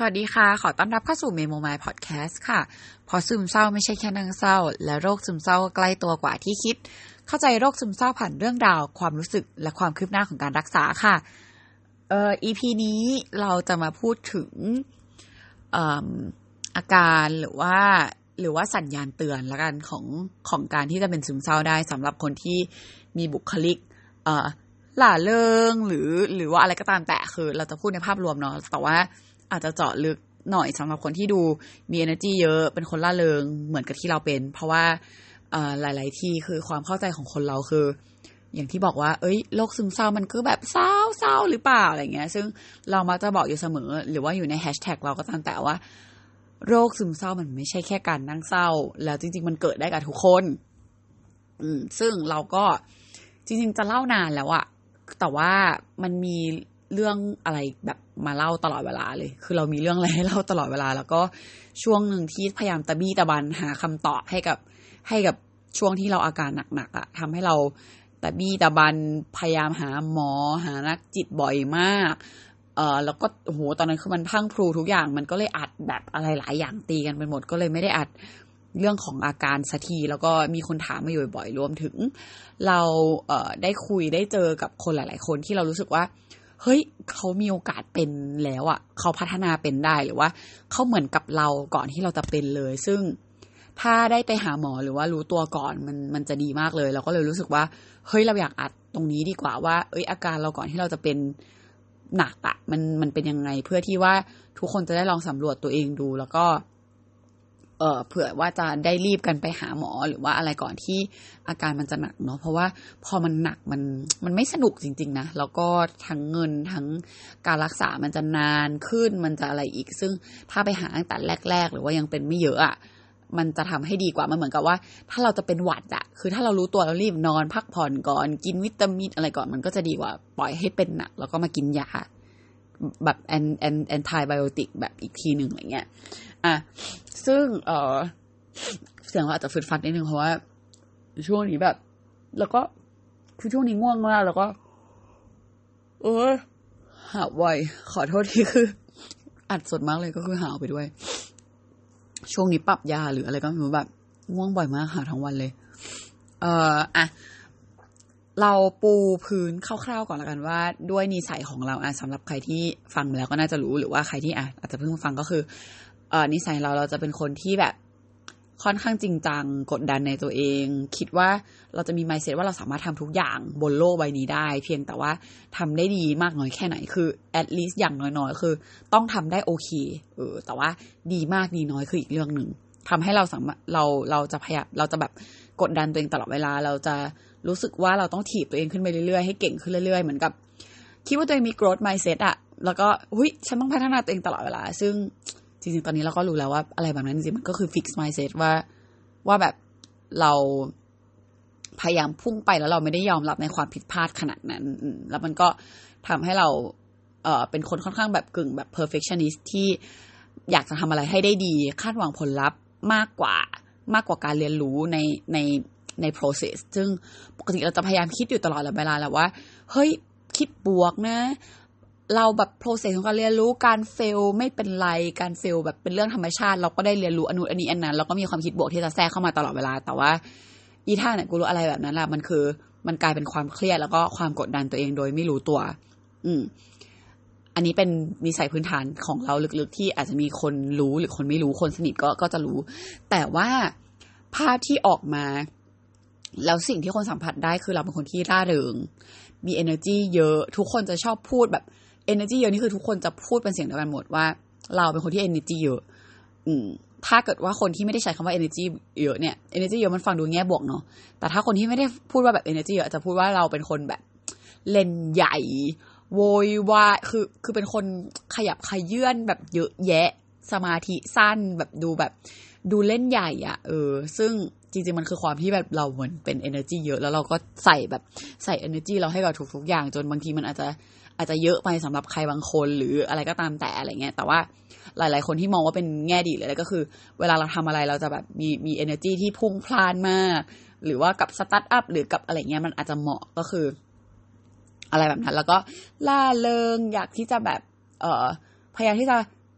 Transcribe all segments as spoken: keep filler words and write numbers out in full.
วัสดีค่ะขอต้อนรับเข้าสู่ Memo My Podcast ค่ะเพราะซึมเศร้าไม่ใช่แค่นั่งเศร้าและโรคซึมเศร้าใกล้ตัวกว่าที่คิดเข้าใจโรคซึมเศร้าผ่านเรื่องราวความรู้สึกและความคืบหน้าของการรักษาค่ะเอ่อ อี พี นี้เราจะมาพูดถึงเอ่ออาการหรือว่าหรือว่าสัญญาณเตือนละกันของของการที่จะเป็นซึมเศร้าได้สำหรับคนที่มีบุคลิกเอ่อหล่าเริงหรือหรือว่าอะไรก็ตามแต่คือเราจะพูดในภาพรวมเนาะแต่ว่าอาจจะเจาะลึกหน่อยสำหรับคนที่ดูมี energy เยอะเป็นคนล่าเริงเหมือนกับที่เราเป็นเพราะว่าหลายๆที่คือความเข้าใจของคนเราคืออย่างที่บอกว่าเอ้ยโรคซึมเศร้ามันก็แบบเศร้าเศร้าหรือเปล่าอะไรเงี้ยซึ่งเรามักจะบอกอยู่เสมอหรือว่าอยู่ในแฮชแท็กเราก็ตามแต่ว่าโรคซึมเศร้ามันไม่ใช่แค่การนั่งเศร้าแล้วจริงๆมันเกิดได้กับทุกคนอืมซึ่งเราก็จริงๆจะเล่านานแล้วอะแต่ว่ามันมีเรื่องอะไรแบบมาเล่าตลอดเวลาเลยคือเรามีเรื่องอะไรให้เล่าตลอดเวลาแล้วก็ช่วงหนึ่งที่พยายามตะบี้ตะบันหาคำตอบให้กับให้กับช่วงที่เราอาการหนักๆอะทำให้เราตะบี้ตะบันพยายามหาหมอหานักจิตบ่อยมากเอ่อแล้วก็โอ้โหตอนนั้นคือมันพังพรูทุกอย่างมันก็เลยอัดแบบอะไรหลายอย่างตีกันไปหมดก็เลยไม่ได้อัดเรื่องของอาการสักทีแล้วก็มีคนถามมาอยู่บ่อยๆรวมถึงเราเอ่อได้คุยได้เจอกับคนหลายๆคนที่เรารู้สึกว่าเฮ้ยเขามีโอกาสเป็นแล้วอ่ะเขาพัฒนาเป็นได้หรือว่าเขาเหมือนกับเราก่อนที่เราจะเป็นเลยซึ่งถ้าได้ไปหาหมอหรือว่ารู้ตัวก่อนมันมันจะดีมากเลยเราก็เลยรู้สึกว่าเฮ้ยเราอยากอัดตรงนี้ดีกว่าว่าเอ้ยอาการเราก่อนที่เราจะเป็นหนักอ่ะมันมันเป็นยังไงเพื่อที่ว่าทุกคนจะได้ลองสำรวจตัวเองดูแล้วก็เอ่อเผื่อว่าจะได้รีบกันไปหาหมอหรือว่าอะไรก่อนที่อาการมันจะหนักเนาะเพราะว่าพอมันหนักมันมันไม่สนุกจริงๆนะแล้วก็ทั้งเงินทั้งการรักษามันจะนานขึ้นมันจะอะไรอีกซึ่งถ้าไปหาตั้งแต่แรกๆหรือว่ายังเป็นไม่เยอะอ่ะมันจะทำให้ดีกว่ามันเหมือนกับว่าถ้าเราจะเป็นหวัดอะคือถ้าเรารู้ตัวเรารีบนอนพักผ่อนก่อนกินวิตามินอะไรก่อนมันก็จะดีกว่าปล่อยให้เป็นหนักแล้วก็มากินยาแบบแอนแอนแอนไทไบโอติกแบบอีกทีหนึ่งอะไรเงี้ยอ่ะซึ่งเออเสียงเราอาจจะฟึดฟัดนิดนึงเพราะว่าช่วงนี้แบบแล้วก็คือช่วงนี้ง่วงมากแล้วก็เออหาวบ่อยขอโทษทีคืออัดสดมากเลยก็คือหาวไปด้วยช่วงนี้ปรับยาหรืออะไรก็ไม่รู้แบบง่วงบ่อยมากหาทั้งวันเลยเอ่ออ่ะเราปูพื้นคร่าวๆก่อนละกันว่าด้วยนิสัยของเราอ่ะสำหรับใครที่ฟังมาแล้วก็น่าจะรู้หรือว่าใครที่อ่ะอาจจะเพิ่งมาฟังก็คือเอ่อนิสัยเราเราจะเป็นคนที่แบบค่อนข้างจริงจังกดดันในตัวเองคิดว่าเราจะมี mindset ว่าเราสามารถทำทุกอย่างบนโลกใบนี้ได้เพียงแต่ว่าทำได้ดีมากน้อยแค่ไหนคือ at least อย่างน้อยๆคือต้องทำได้โอเคเออแต่ว่าดีมากดีน้อยคืออีกเรื่องหนึ่งทำให้เราสามารถเราเราจะพยายามเราจะแบบกดดันตัวเองตลอดเวลาเราจะรู้สึกว่าเราต้องถีบตัวเองขึ้นไปเรื่อยๆให้เก่งขึ้นเรื่อยๆเหมือนกับคิดว่าตัวเองมี growth mindset อะแล้วก็หุ้ยฉันต้องพัฒนาตัวเองตลอดเวลาซึ่งจริงๆตอนนี้เราก็รู้แล้วว่าอะไรแบบนั้นจริงๆมันก็คือ fix mindset ว่าว่าแบบเราพยายามพุ่งไปแล้วเราไม่ได้ยอมรับในความผิดพลาดขนาดนั้นแล้วมันก็ทำให้เราเอ่อเป็นคนค่อนข้างแบบกึ่งแบบ perfectionist ที่อยากจะทำอะไรให้ได้ดีคาดหวังผลลัพธ์มากกว่ามากกว่าการเรียนรู้ในในใน process ซึ่งปกติเราจะพยายามคิดอยู่ตลอดเวลาแหละว่าเฮ้ยคิดบวกนะเราแบบ process ของการเรียนรู้การ fail ไม่เป็นไรการ fail แบบเป็นเรื่องธรรมชาติเราก็ได้เรียนรู้อนุอันนี้อันนั้นเราก็มีความคิดบวกที่จะแทรกเข้ามาตลอดเวลาแต่ว่าอีท่าเนี่ยกูรู้อะไรแบบนั้นแหละมันคือมันกลายเป็นความเครียดแล้วก็ความกดดันตัวเองโดยไม่รู้ตัวอืมอันนี้เป็นนิสัยพื้นฐานของเราลึกๆที่อาจจะมีคนรู้หรือคนไม่รู้คนสนิทก็ก็จะรู้แต่ว่าภาพที่ออกมาแล้วสิ่งที่คนสัมผัสได้คือเราเป็นคนที่ร่าเริงมี energy เยอะทุกคนจะชอบพูดแบบ energy เยอะนี่คือทุกคนจะพูดเป็นเสียงเดียวกันหมดว่าเราเป็นคนที่ energy เยอะอืมถ้าเกิดว่าคนที่ไม่ได้ใช้คำว่า energy เยอะเนี่ย energy เยอะมันฟังดูแง่บวกเนาะแต่ถ้าคนที่ไม่ได้พูดว่าแบบ energy เยอะจะพูดว่าเราเป็นคนแบบเล่นใหญ่โวยวายคือคือเป็นคนขยับขยื่นแบบเยอะแยะสมาธิสั้นแบบดูแบบดูเล่นใหญ่อ่ะเออซึ่งจริงๆมันคือความที่แบบเราเหมือนเป็น energy เยอะแล้วเราก็ใส่แบบใส่ energy เราให้กับทุกๆอย่างจนบางทีมันอาจจะอาจจะเยอะไปสำหรับใครบางคนหรืออะไรก็ตามแต่อะไรเงี้ยแต่ว่าหลายๆคนที่มองว่าเป็นแง่ดีเลยก็คือเวลาเราทำอะไรเราจะแบบมีมี energy ที่พุ่งพล่านมากหรือว่ากับสตาร์ทอัพหรือกับอะไรเงี้ยมันอาจจะเหมาะก็คืออะไรแบบนั้นแล้วก็ล่าเริงอยากที่จะแบบเอ่อพยายามที่จะ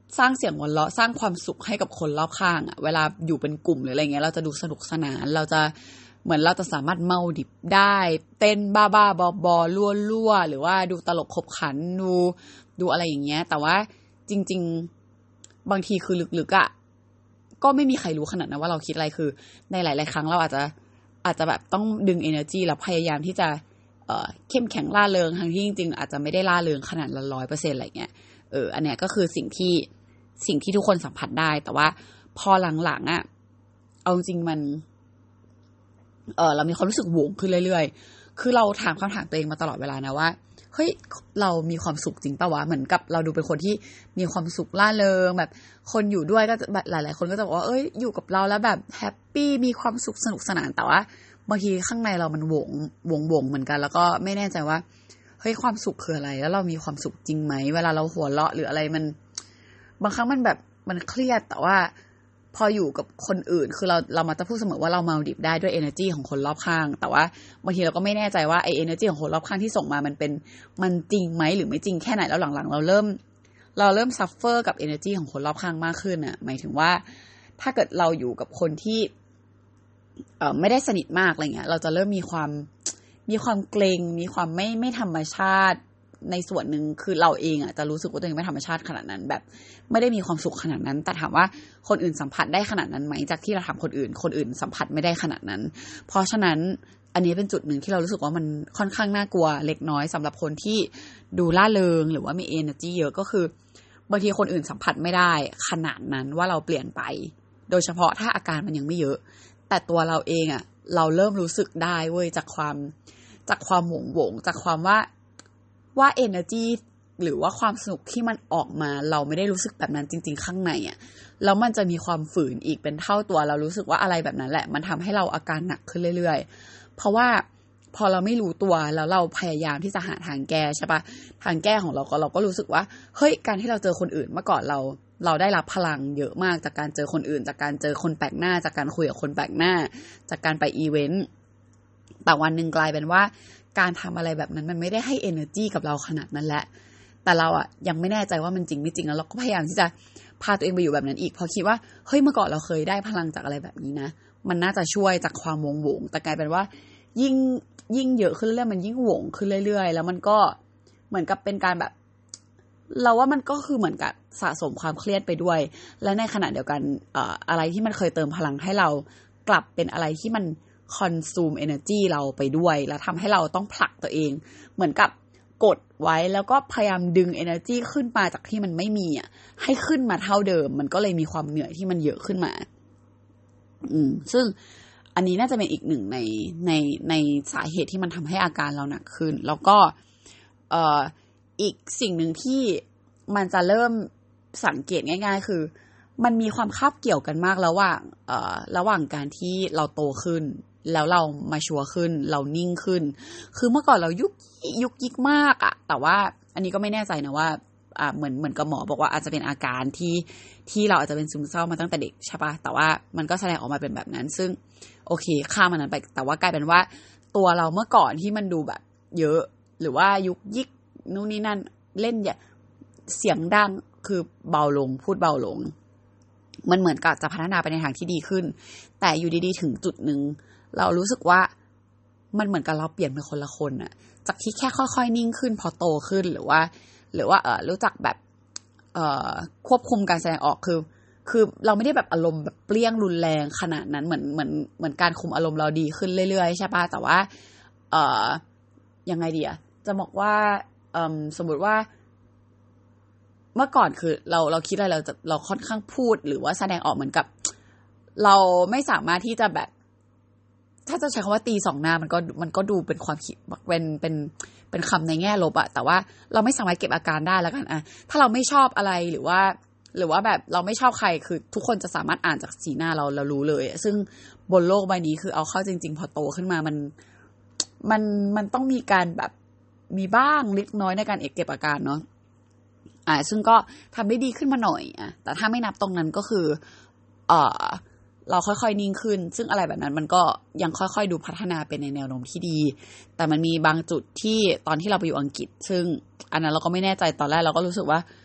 สร้างเสียงหัวเราะสร้างความสุขให้กับคนรอบข้างอ่ะเวลาอยู่เป็นกลุ่มหรืออะไรเงี้ยเราจะดูสนุกสนานเราจะเหมือนเราจะสามารถเมาดิบได้เต้นบ้าๆบอๆลั่วๆหรือว่าดูตลกขบขันดูดูอะไรอย่างเงี้ยแต่ว่าจริงๆบางทีคือลึกๆอ่ะก็ไม่มีใครรู้ขนาดนั้นว่าเราคิดอะไรคือในหลายๆครั้งเราอาจจะอาจจะแบบต้องดึง energy แล้วพยายามที่จะเอ่อเข้มแข็งล่าเริงทั้งที่จริงๆอาจจะไม่ได้ล่าเริงขนาดละ ร้อยเปอร์เซ็นต์ อะไรเงี้ยเอออันเนี้ยก็คือสิ่งที่สิ่งที่ทุกคนสัมผัสได้แต่ว่าพอหลังๆอ่ะเอาจริงมันเออเรามีความรู้สึกหวงขึ้นเรื่อยๆคือเราถามคำถามตัวเองมาตลอดเวลานะว่าเฮ้ยเรามีความสุขจริงป่ะวะเหมือนกับเราดูเป็นคนที่มีความสุขล่าเริงแบบคนอยู่ด้วยก็หลายๆคนก็จะบอกว่าเอ้ยอยู่กับเราแล้วแบบแฮปปี้มีความสุขสนุกสนานแต่ว่าบางทีข้างในเรามันหวงหวงหวงเหมือนกันแล้วก็ไม่แน่ใจว่าเฮ้ยความสุขคืออะไรแล้วเรามีความสุขจริงไหมเวลาเราหัวเราะหรืออะไรมันบางครั้งมันแบบมันเครียดแต่ว่าพออยู่กับคนอื่นคือเราเรามาจะพูดเสมอว่าเราเมาดิบได้ด้วย energy ของคนรอบข้างแต่ว่าบางทีเราก็ไม่แน่ใจว่าไอ้ energy ของคนรอบข้างที่ส่งมามันเป็นมันจริงไหมหรือไม่จริงแค่ไหนแล้วหลังๆเราเริ่มเราเริ่ม suffer กับ energy ของคนรอบข้างมากขึ้นอ่ะหมายถึงว่าถ้าเกิดเราอยู่กับคนที่เอ่อไม่ได้สนิทมากอะไรเงี้ยเราจะเริ่มมีความมีความเกรงมีความไม่ไม่ธรรมชาติในส่วนหนึ่งคือเราเองอ่ะจะรู้สึกว่าตัวเองไม่ธรรมชาติขนาดนั้นแบบไม่ได้มีความสุขขนาดนั้นแต่ถามว่าคนอื่นสัมผัสได้ขนาดนั้นไหมจากที่เราถามคนอื่นคนอื่นสัมผัสไม่ได้ขนาดนั้นเพราะฉะนั้นอันนี้เป็นจุดหนึ่งที่เรารู้สึกว่ามันค่อนข้างน่ากลัวเล็กน้อยสำหรับคนที่ดูล่าเริงหรือว่ามี energy เยอะก็คือบางทีคนอื่นสัมผัสไม่ได้ขนาดนั้นว่าเราเปลี่ยนไปโดยเฉพาะถ้าอาการมันยังไม่เยอะแต่ตัวเราเองอ่ะเราเริ่มรู้สึกได้เว้ยจากความจากความหวงหวงจากความว่าว่า energy หรือว่าความสนุกที่มันออกมาเราไม่ได้รู้สึกแบบนั้นจริงๆข้างในอ่ะแล้วมันจะมีความฝืนอีกเป็นเท่าตัวเรารู้สึกว่าอะไรแบบนั้นแหละมันทำให้เราอาการหนักขึ้นเรื่อยๆเพราะว่าพอเราไม่รู้ตัวแล้วเราพยายามที่จะหาทางแก้ใช่ปะทางแก้ของเราก็เราก็รู้สึกว่าเฮ้ยการที่เราเจอคนอื่นเมื่อก่อนเราเราได้รับพลังเยอะมากจากการเจอคนอื่นจากการเจอคนแปลกหน้าจากการคุยกับคนแปลกหน้าจากการไปอีเวนต์แต่วันนึงกลายเป็นว่าการทำอะไรแบบนั้นมันไม่ได้ให้ energy กับเราขนาดนั้นแหละแต่เราอะยังไม่แน่ใจว่ามันจริงไม่จริงแล้วเราก็พยายามที่จะพาตัวเองไปอยู่แบบนั้นอีกเพราะคิดว่าเฮ้ยเมื่อก่อนเราเคยได้พลังจากอะไรแบบนี้นะมันน่าจะช่วยจากความวงวงแต่กลายเป็นว่ายิ่งยิ่งเยอะขึ้นเรื่อยๆมันยิ่งหวงขึ้นเรื่อยๆแล้วมันก็เหมือนกับเป็นการแบบเราว่ามันก็คือเหมือนกับสะสมความเครียดไปด้วยและในขณะเดียวกันเอ่ออะไรที่มันเคยเติมพลังให้เรากลับเป็นอะไรที่มันconsume energy เราไปด้วยแล้วทำให้เราต้องผลักตัวเองเหมือนกับกดไว้แล้วก็พยายามดึง energy ขึ้นมาจากที่มันไม่มีอ่ะให้ขึ้นมาเท่าเดิมมันก็เลยมีความเหนื่อยที่มันเยอะขึ้นมาอืมซึ่งอันนี้น่าจะเป็นอีกหนึ่งในในในสาเหตุที่มันทำให้อาการเราหนักขึ้นแล้วก็เอ่ออีกสิ่งหนึ่งที่มันจะเริ่มสังเกตง่ายๆคือมันมีความคาบเกี่ยวกันมากระหว่างเอ่อระหว่างการที่เราโตขึ้นแล้วเรามาชัวร์ขึ้นเรานิ่งขึ้นคือเมื่อก่อนเรายุกยุกยิกมากอะแต่ว่าอันนี้ก็ไม่แน่ใจนะว่าอ่าเหมือนเหมือนกับหมอบอกว่าอาจจะเป็นอาการที่ที่เราอาจจะเป็นซึมเศร้ามาตั้งแต่เด็กใช่ปะแต่ว่ามันก็แสดงออกมาเป็นแบบนั้นซึ่งโอเคข้ามมันนั้นไปแต่ว่ากลายเป็นว่าตัวเราเมื่อก่อนที่มันดูแบบเยอะหรือว่ายุกยิกนู่นนี่นั่นเล่นอย่าเสียงดังคือเบาลงพูดเบาลงมันเหมือนกับจะพัฒนาไปในทางที่ดีขึ้นแต่อยู่ดีๆถึงจุดนึงเรารู้สึกว่ามันเหมือนกับเราเปลี่ยนเป็นคนละคนอะจากที่แค่ค่อยๆนิ่งขึ้นพอโตขึ้นหรือว่าหรือว่าเออรู้จักแบบเอ่อควบคุมการแสดงออกคือคือเราไม่ได้แบบอารมณ์แบบเปรี้ยงรุนแรงขนาดนั้นเหมือนเหมือนเหมือนการคุมอารมณ์เราดีขึ้นเรื่อยๆใช่ป่ะแต่ว่าเอ่อยังไงดีอะจะบอกว่าเอ่อสมมติว่าเมื่อก่อนคือเราเราคิดอะไรเราจะเราค่อนข้างพูดหรือว่าแสดงออกเหมือนกับเราไม่สามารถที่จะแบบถ้าจะใช้คำว่าตีสองหน้ามันก็มันก็ดูเป็นความคิดเป็นเป็นเป็นคำในแง่ลบอะแต่ว่าเราไม่สามารถเก็บอาการได้แล้วกันอะถ้าเราไม่ชอบอะไรหรือว่าหรือว่าแบบเราไม่ชอบใครคือทุกคนจะสามารถอ่านจากสีหน้าเราเรารู้เลยซึ่งบนโลกใบนี้คือเอาเข้าจริงๆพอโตขึ้นมามันมันมันต้องมีการแบบมีบ้างเล็กน้อยในการเก็บอาการเนาะอ่าซึ่งก็ทำได้ดีขึ้นมาหน่อยอ่ะแต่ถ้าไม่นับตรงนั้นก็คือเอ่อเราค่อยๆนิ่งขึ้นซึ่งอะไรแบบนั้นมันก็ยังค่อยๆดูพัฒนาเป็นในแนวโน้มที่ดีแต่มันมีบางจุดที่ตอนที่เราไปอยู่อังกฤษซึ่งอันนั้นเราก็ไม่แน่ใจตอนแรกเราก็รู้สึกว่า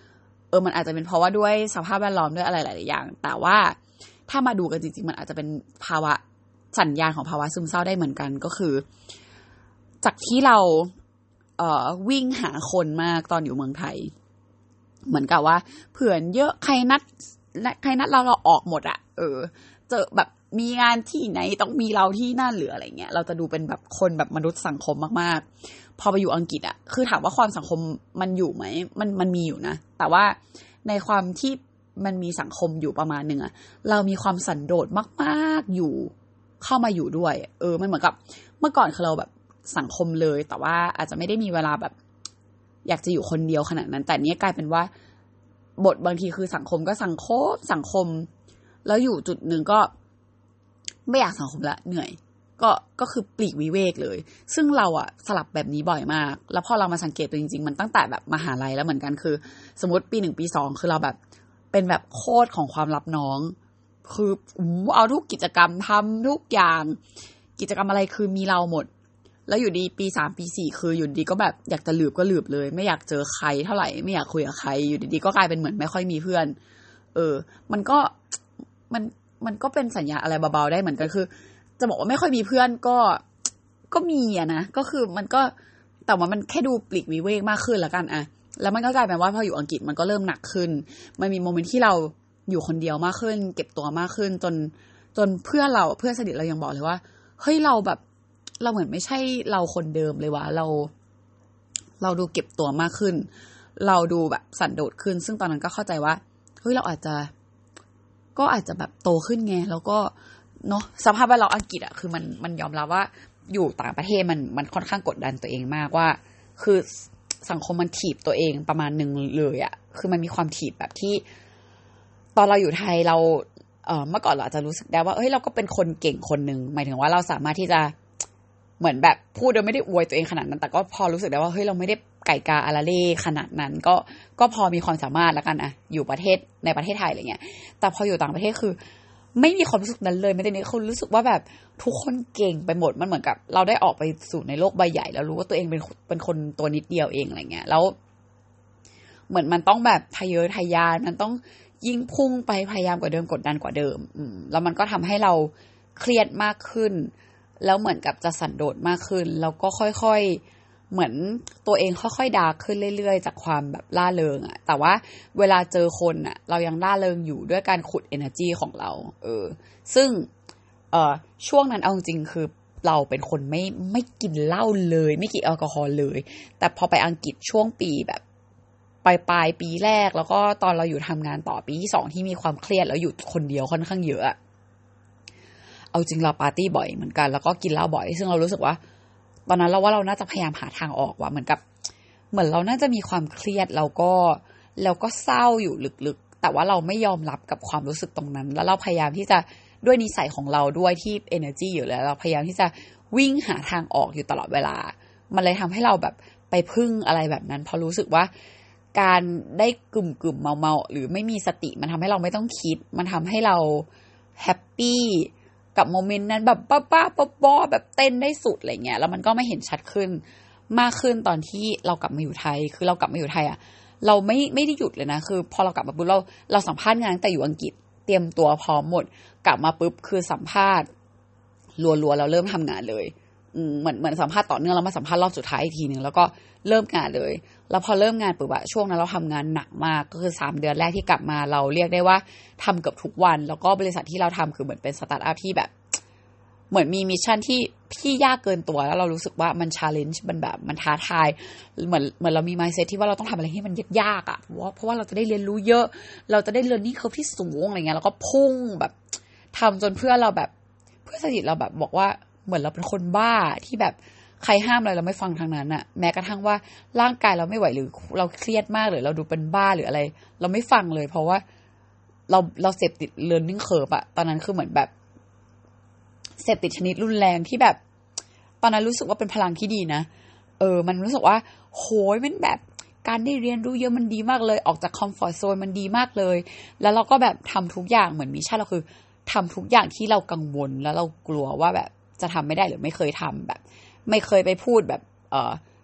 เออมันอาจจะเป็นเพราะว่าด้วยสภาพแวดล้อมด้วยอะไรหลายๆอย่างแต่ว่าถ้ามาดูกันจริงๆมันอาจจะเป็นภาวะสัญญาณของภาวะซึมเศร้าได้เหมือนกันก็คือจากที่เราเอ่อวิ่งหาคนมากตอนอยู่เมืองไทยเหมือนกับว่าเผื่อนเยอะใครนัดใครนัดเราเราออกหมดอะเออเจอแบบมีงานที่ไหนต้องมีเราที่นั่นหรืออะไรเงี้ยเราจะดูเป็นแบบคนแบบมนุษย์สังคมมากๆพอไปอยู่อังกฤษอะคือถามว่าความสังคมมันอยู่ไหมมันมันมีอยู่นะแต่ว่าในความที่มันมีสังคมอยู่ประมาณนึงอะเรามีความสันโดษมากๆอยู่เข้ามาอยู่ด้วยเออมันเหมือนกับเมื่อก่อนคือเราแบบสังคมเลยแต่ว่าอาจจะไม่ได้มีเวลาแบบอยากจะอยู่คนเดียวขนาดนั้นแต่เนี้ยกลายเป็นว่าบทบางทีคือสังคมก็สังคมสังคมแล้วอยู่จุดหนึ่งก็ไม่อยากสังคมละเหนื่อยก็ก็คือปลีกวิเวกเลยซึ่งเราอะสลับแบบนี้บ่อยมากแล้วพอเรามาสังเกตตัวจริงๆมันตั้งแต่แบบมหาลัยแล้วเหมือนกันคือสมมติปีหนึ่งปีสองคือเราแบบเป็นแบบโคตรของความลับน้องคือเอาทุกกิจกรรมทำทุกอย่างกิจกรรมอะไรคือมีเราหมดแล้วอยู่ดีปีสามปีสี่คืออยู่ดีก็แบบอยากจะหลืบก็หลืบเลยไม่อยากเจอใครเท่าไหร่ไม่อยากคุยกับใครอยู่ดีๆก็กลายเป็นเหมือนไม่ค่อยมีเพื่อนเออมันก็มันมันก็เป็นสัญญาอะไรเบาๆได้เหมือนกันคือจะบอกว่าไม่ค่อยมีเพื่อนก็ก็มีอะนะก็คือมันก็แต่ว่ามันแค่ดูปลีกวิเวกมากขึ้นละกันอะแล้วมันก็กลายเป็นว่าพออยู่อังกฤษมันก็เริ่มหนักขึ้นมันมีโมเมนต์ที่เราอยู่คนเดียวมากขึ้นเก็บตัวมากขึ้นจนจนเพื่อนเราเพื่อนสนิทเรายังบอกเลยว่าเฮ้ยเราแบบเราเหมือนไม่ใช่เราคนเดิมเลยว่ะเราเราดูเก็บตัวมากขึ้นเราดูแบบสันโดษขึ้นซึ่งตอนนั้นก็เข้าใจว่าเฮ้ยเราอาจจะก็อาจจะแบบโตขึ้นไงแล้วก็เนาะสภาพแวดล้อมอังกฤษอะคือมันมันยอมรับว่าอยู่ต่างประเทศมันมันค่อนข้างกดดันตัวเองมากว่าคือสังคมมันถีบตัวเองประมาณนึงเลยอะคือมันมีความถีบแบบที่ตอนเราอยู่ไทยเราเอ่อเมื่อก่อนเราอาจจะรู้สึกได้ว่าเอ้ยเราก็เป็นคนเก่งคนนึงหมายถึงว่าเราสามารถที่จะเหมือนแบบพูดโดยไม่ได้อวยตัวเองขนาดนั้นแต่ก็พอรู้สึกได้ว่าเฮ้ยเราไม่ได้ไก่กาอาราเล่ขนาดนั้นก็ก็พอมีความสามารถแล้วกันอะอยู่ประเทศในประเทศไทยอะไรเงี้ยแต่พออยู่ต่างประเทศคือไม่มีความรู้สึกนั้นเลยไม่ได้เนี่ยคนรู้สึกว่าแบบทุกคนเก่งไปหมดมันเหมือนกับเราได้ออกไปสู่ในโลกใบใหญ่แล้วรู้ว่าตัวเองเป็นเป็นคนตัวนิดเดียวเองอะไรเงี้ยแล้วเหมือนมันต้องแบบทะเยอทะยานมันต้องยิ่งพุ่งไปพยายามกว่าเดิมกดดันกว่าเดิมอืมแล้วมันก็ทำให้เราเครียดมากขึ้นแล้วเหมือนกับจะสันโดษมากขึ้นแล้วก็ค่อยๆเหมือนตัวเองค่อยๆดาร์กขึ้นเรื่อยๆจากความแบบล่าเริงอะแต่ว่าเวลาเจอคนอะเรายังล่าเริงอยู่ด้วยการขุด energy ของเราเออซึ่งเอ่อช่วงนั้นเอาจริงคือเราเป็นคนไม่ไม่กินเหล้าเลยไม่กินแอลกอฮอล์เลยแต่พอไปอังกฤษช่วงปีแบบปลายปลายปีแรกแล้วก็ตอนเราอยู่ทำงานต่อปีที่สองที่มีความเครียดแล้วอยู่คนเดียวค่อนข้างเยอะเอาจริงเราปาร์ตี้บ่อยเหมือนกันแล้วก็กินเหล้าบ่อยซึ่งเรารู้สึกว่าตอนนั้นเราว่าเราน่าจะพยายามหาทางออกว่าเหมือนกับเหมือนเราน่าจะมีความเครียดแล้วก็แล้วก็เศร้าอยู่ลึกๆแต่ว่าเราไม่ยอมรับกับความรู้สึกตรงนั้นแล้วเราพยายามที่จะด้วยนิสัยของเราด้วยที่ energy อยู่แล้วเราพยายามที่จะวิ่งหาทางออกอยู่ตลอดเวลามันเลยทำให้เราแบบไปพึ่งอะไรแบบนั้นเพราะรู้สึกว่าการได้กึ่มกึ่มเมาเมาหรือไม่มีสติมันทำให้เราไม่ต้องคิดมันทำให้เราแฮปปี้กับโมเมนต์นั้นแบบป้าป้าป๊อบอแบบเต้นได้สุดอะไรเงี้ยแล้วมันก็ไม่เห็นชัดขึ้นมากขึ้นตอนที่เรากลับมาอยู่ไทยคือเรากลับมาอยู่ไทยอ่ะเราไม่ไม่ได้หยุดเลยนะคือพอเรากลับมาปุ๊บเราเราสัมภาษณ์งานแต่อยู่อังกฤษเตรียมตัวพร้อมหมดกลับมาปุ๊บคือสัมภาษณ์รัวๆเราเริ่มทำงานเลยเหมือนเหมือนสัมภาษณ์ต่อเนื่องแล้วมาสัมภาษณ์รอบสุดท้ายอีกทีนึงแล้วก็เริ่มงานเลยแล้วพอเริ่มงานปุ๊บอะช่วงนั้นเราทำงานหนักมากก็คือสามเดือนแรกที่กลับมาเราเรียกได้ว่าทำเกือบทุกวันแล้วก็บริษัทที่เราทำคือเหมือนเป็นสตาร์ทอัพที่แบบเหมือนมีมิชชั่นที่ที่ยากเกินตัวแล้วเรารู้สึกว่ามัน challenge มันแบบมันท้าทายเหมือนเหมือนเรามี mindset ที่ว่าเราต้องทำอะไรให้มันยากๆอ่ะเพราะว่าเพราะว่าเราจะได้เรียนรู้เยอะเราจะได้ learning curve ที่สูงอะไรเงี้ยแล้วก็พุ่งแบบทำจนเพื่อนเราแบบเพื่อนสนิทเราแบบบอกว่าเหมือนเราเป็นคนบ้าที่แบบใครห้ามอะไรเราไม่ฟังทางนั้นอ่ะแม้กระทั่งว่าร่างกายเราไม่ไหวหรือเราเครียดมากหรือเราดูเป็นบ้าหรืออะไรเราไม่ฟังเลยเพราะว่าเราเราเสพติด learning curve อะตอนนั้นคือเหมือนแบบเสพติดชนิดรุนแรงที่แบบตอนนั้นรู้สึกว่าเป็นพลังที่ดีนะเออมันรู้สึกว่าโหยมันแบบการได้เรียนรู้เยอะมันดีมากเลยออกจากคอมฟอร์ตโซนมันดีมากเลยแล้วเราก็แบบทำทุกอย่างเหมือนมิชชั่นเราคือทำทุกอย่างที่เรากังวลแล้วเรากลัวว่าแบบจะทำไม่ได้หรือไม่เคยทำแบบไม่เคยไปพูดแบบเออ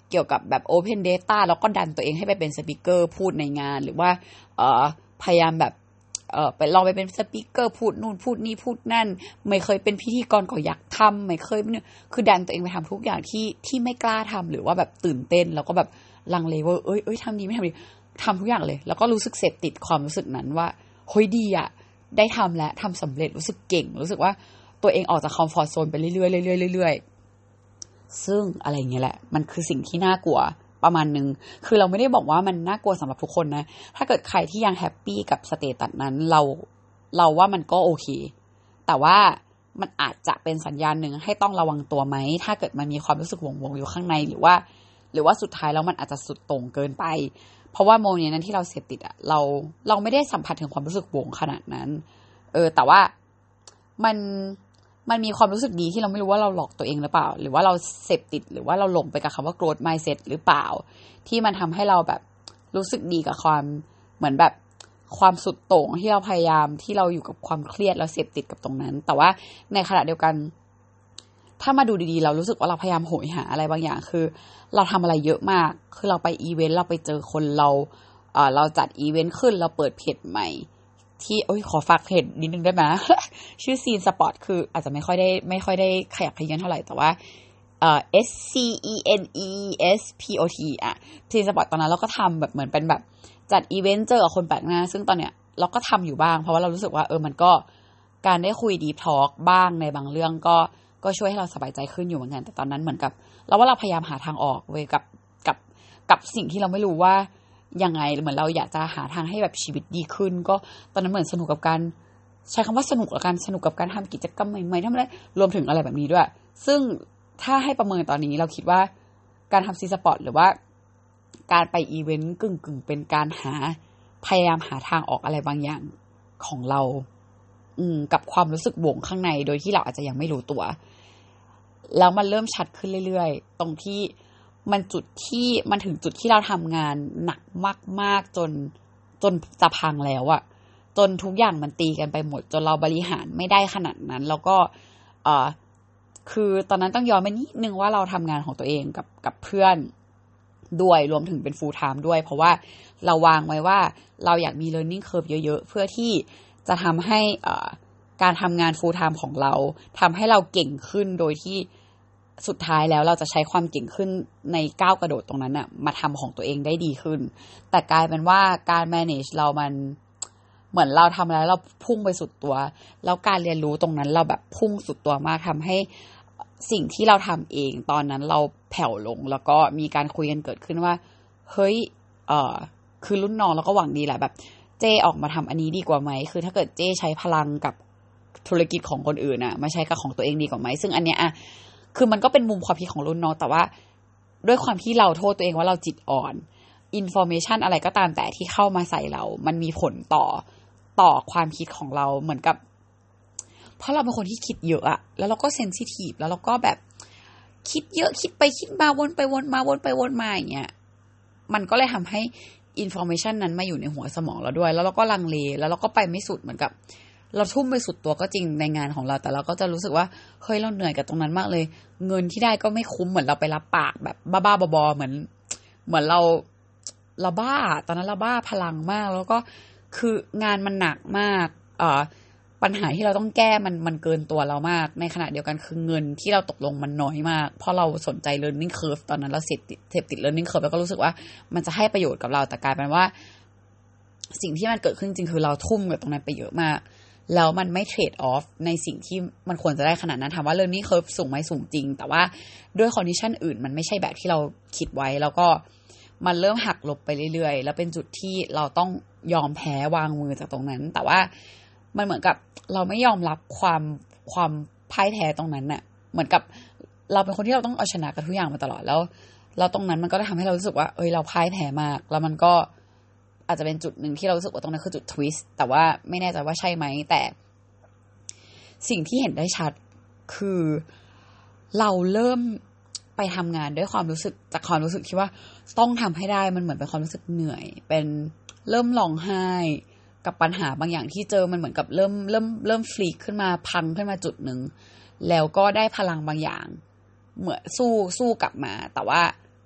เกี่ยวกับแบบ Open Data แล้วก็ดันตัวเองให้ไปเป็นสปีกเกอร์พูดในงานหรือว่าเอ่อพยายามแบบเอ่อไปลองไปเป็นสปีกเกอร์พูดนู่นพูดนี่พูดนั่นไม่เคยเป็นพิธีกรก็อยากทำไม่เคยคือดันตัวเองไปทำทุกอย่างที่ที่ไม่กล้าทำหรือว่าแบบตื่นเต้นแล้วก็แบบลังเลว่าเอ้ยเอ้ยทำดีไม่ทำดีทำทุกอย่างเลยแล้วก็รู้สึกเสพติดความรู้สึกนั้นว่าเฮ้ยดีอ่ะได้ทำแล้วทำสำเร็จรู้สึกเก่งรู้สึกว่าตัวเองออกจากคอมฟอร์ตโซนไปเรื่อยๆเรื่อยๆเรื่อยๆซึ่งอะไรอย่างเงี้ยแหละมันคือสิ่งที่น่ากลัวประมาณนึงคือเราไม่ได้บอกว่ามันน่ากลัวสำหรับทุกคนนะถ้าเกิดใครที่ยังแฮปปี้กับสเตตัสนั้นเราเราว่ามันก็โอเคแต่ว่ามันอาจจะเป็นสัญญาณหนึ่งให้ต้องระวังตัวไหมถ้าเกิดมันมีความรู้สึกหวงๆอยู่ข้างในหรือว่าหรือว่าสุดท้ายแล้วมันอาจจะสุดโต่งเกินไปเพราะว่าโมเมนต์นั้นที่เราเสพติดอะเราเราไม่ได้สัมผัสถึงความรู้สึกหวงขนาดนั้นเออแต่ว่ามันมันมีความรู้สึกดีที่เราไม่รู้ว่าเราหลอกตัวเองหรือเปล่าหรือว่าเราเสพติดหรือว่าเราหลงไปกับคำว่า growth mindset หรือเปล่าที่มันทำให้เราแบบรู้สึกดีกับความเหมือนแบบความสุดโต่งที่เราพยายามที่เราอยู่กับความเครียดแล้วเสพติดกับตรงนั้นแต่ว่าในขณะเดียวกันถ้ามาดูดีๆเรารู้สึกว่าเราพยายามโหยหาอะไรบางอย่างคือเราทำอะไรเยอะมากคือเราไปอีเวนต์เราไปเจอคนเราเอ่อเราจัดอีเวนต์ขึ้นเราเปิดเพจใหม่ที่โอ้ยขอฝากเพจนิดนึงได้ไหม ชื่อซีนสปอร์ตคืออาจจะไม่ค่อยได้ไม่ค่อยได้ขยับขยื่นเท่าไหร่แต่ว่าเอ่อ S C E N E S P O T อ่ะซีนสปอร์ตตอนนั้นเราก็ทำแบบเหมือนเป็นแบบจัดอีเวนต์เจอกับคนแปลกหน้าซึ่งตอนเนี้ยเราก็ทำอยู่บ้างเพราะว่าเรารู้สึกว่าเออมันก็การได้คุยดีทอล์กบ้างในบางเรื่องก็ก็ช่วยให้เราสบายใจขึ้นอยู่เหมือนกันแต่ตอนนั้นเหมือนกับเราว่าเราพยายามหาทางออกเว้ยกับกับกับสิ่งที่เราไม่รู้ว่ายังไงเหมือนเราอยากจะหาทางให้แบบชีวิตดีขึ้นก็ตอนนั้นเหมือนสนุกกับการใช้คำว่าสนุกกับการสนุกกับการทำกิจกรรมใหม่ๆทำอะไรรวมถึงอะไรแบบนี้ด้วยซึ่งถ้าให้ประเมินตอนนี้เราคิดว่าการทำซีสปอร์ตหรือว่าการไปอีเวนต์กึ่งๆเป็นการหาพยายามหาทางออกอะไรบางอย่างของเราอืมกับความรู้สึกโหวงข้างในโดยที่เราอาจจะยังไม่รู้ตัวแล้วมันเริ่มชัดขึ้นเรื่อยๆตรงที่มันจุดที่มันถึงจุดที่เราทำงานหนักมากๆจนจนจะพังแล้วอะจนทุกอย่างมันตีกันไปหมดจนเราบริหารไม่ได้ขนาดนั้นแล้วก็เอ่อคือตอนนั้นต้องย้อนไปนิดนึงว่าเราทำงานของตัวเองกับกับเพื่อนด้วยรวมถึงเป็น full time ด้วยเพราะว่าเราวางไว้ว่าเราอยากมี learning curve เยอะๆเพื่อที่จะทำให้เอ่อการทำงาน full time ของเราทำให้เราเก่งขึ้นโดยที่สุดท้ายแล้วเราจะใช้ความเก่งขึ้นในก้าวกระโดดตรงนั้นน่ะมาทำของตัวเองได้ดีขึ้นแต่กลายเป็นว่าการ manage เรามันเหมือนเราทำแล้วเราพุ่งไปสุดตัวแล้วการเรียนรู้ตรงนั้นเราแบบพุ่งสุดตัวมากทำให้สิ่งที่เราทำเองตอนนั้นเราแผ่วลงแล้วก็มีการคุยกันเกิดขึ้นว่าเฮ้ยเอ่อคือรุ่นน้องแล้วก็หวังดีแหละแบบเจ้ออกมาทำอันนี้ดีกว่าไหมคือถ้าเกิดเจ้ใช้พลังกับธุรกิจของคนอื่นอะมาใช้กับของตัวเองดีกว่าไหมซึ่งอันเนี้ยอะคือมันก็เป็นมุมความคิดของรุ่นน้องแต่ว่าด้วยความที่เราโทษตัวเองว่าเราจิตอ่อนอินฟอร์เมชันอะไรก็ตามแต่ที่เข้ามาใส่เรามันมีผลต่อต่อความคิดของเราเหมือนกับเพราะเราเป็นคนที่คิดเยอะอะแล้วเราก็เซนซิทีฟแล้วเราก็แบบคิดเยอะคิดไปคิดมาวนไปวนมาวนไปวนมาอย่างเงี้ยมันก็เลยทำให้อินฟอร์เมชันนั้นมาอยู่ในหัวสมองเราด้วยแล้วเราก็ลังเลแล้วเราก็ไปไม่สุดเหมือนกับเราทุ่มไปสุดตัวก็จริงในงานของเราแต่เราก็จะรู้สึกว่าเฮ้ยเราเหนื่อยกับตรงนั้นมากเลยเงินที่ได้ก็ไม่คุ้มเหมือนเราไปรับปากแบบบ้าๆบอๆเหมือนเหมือนเราเราบ้าตอนนั้นเราบ้าพลังมากแล้วก็คืองานมันหนักมากเอ่อปัญหาที่เราต้องแก้มันมันเกินตัวเรามากในขณะเดียวกันคือเงินที่เราตกลงมันน้อยมากเพราะเราสนใจ learning curve ตอนนั้นเราเสพติดเสพติด learning curve แล้วก็รู้สึกว่ามันจะให้ประโยชน์กับเราแต่กลายเป็นว่าสิ่งที่มันเกิดขึ้นจริงคือเราทุ่มกับตรงนั้นไปเยอะมากแล้วมันไม่เทรดออฟในสิ่งที่มันควรจะได้ขนาดนั้นถามว่า learning curve สูงไหมสูงจริงแต่ว่าด้วยคอนดิชันอื่นมันไม่ใช่แบบที่เราคิดไว้แล้วก็มันเริ่มหักลบไปเรื่อยๆแล้วเป็นจุดที่เราต้องยอมแพ้วางมือจากตรงนั้นแต่ว่ามันเหมือนกับเราไม่ยอมรับความความพ่ายแพ้ตรงนั้นน่ะเหมือนกับเราเป็นคนที่เราต้องเอาชนะกับทุกอย่างมาตลอดแล้วแล้วตรงนั้นมันก็ทำให้เรารู้สึกว่าเอ้ยเราพ่ายแพ้มากแล้วมันก็อาจจะเป็นจุดหนึ่งที่เรารู้สึกว่าตรงนั้นคือจุดทวิสต์แต่ว่าไม่แน่ใจว่าใช่ไหมแต่สิ่งที่เห็นได้ชัดคือเราเริ่มไปทำงานด้วยความรู้สึกจากความรู้สึกที่ว่าต้องทำให้ได้มันเหมือนเป็นความรู้สึกเหนื่อยเป็นเริ่มร้องไห้กับปัญหาบางอย่างที่เจอมันเหมือนกับเริ่มเริ่มเริ่มฟลีกขึ้นมาพังขึ้นมาจุดหนึ่งแล้วก็ได้พลังบางอย่างเหมือนสู้สู้กลับมาแต่ว่า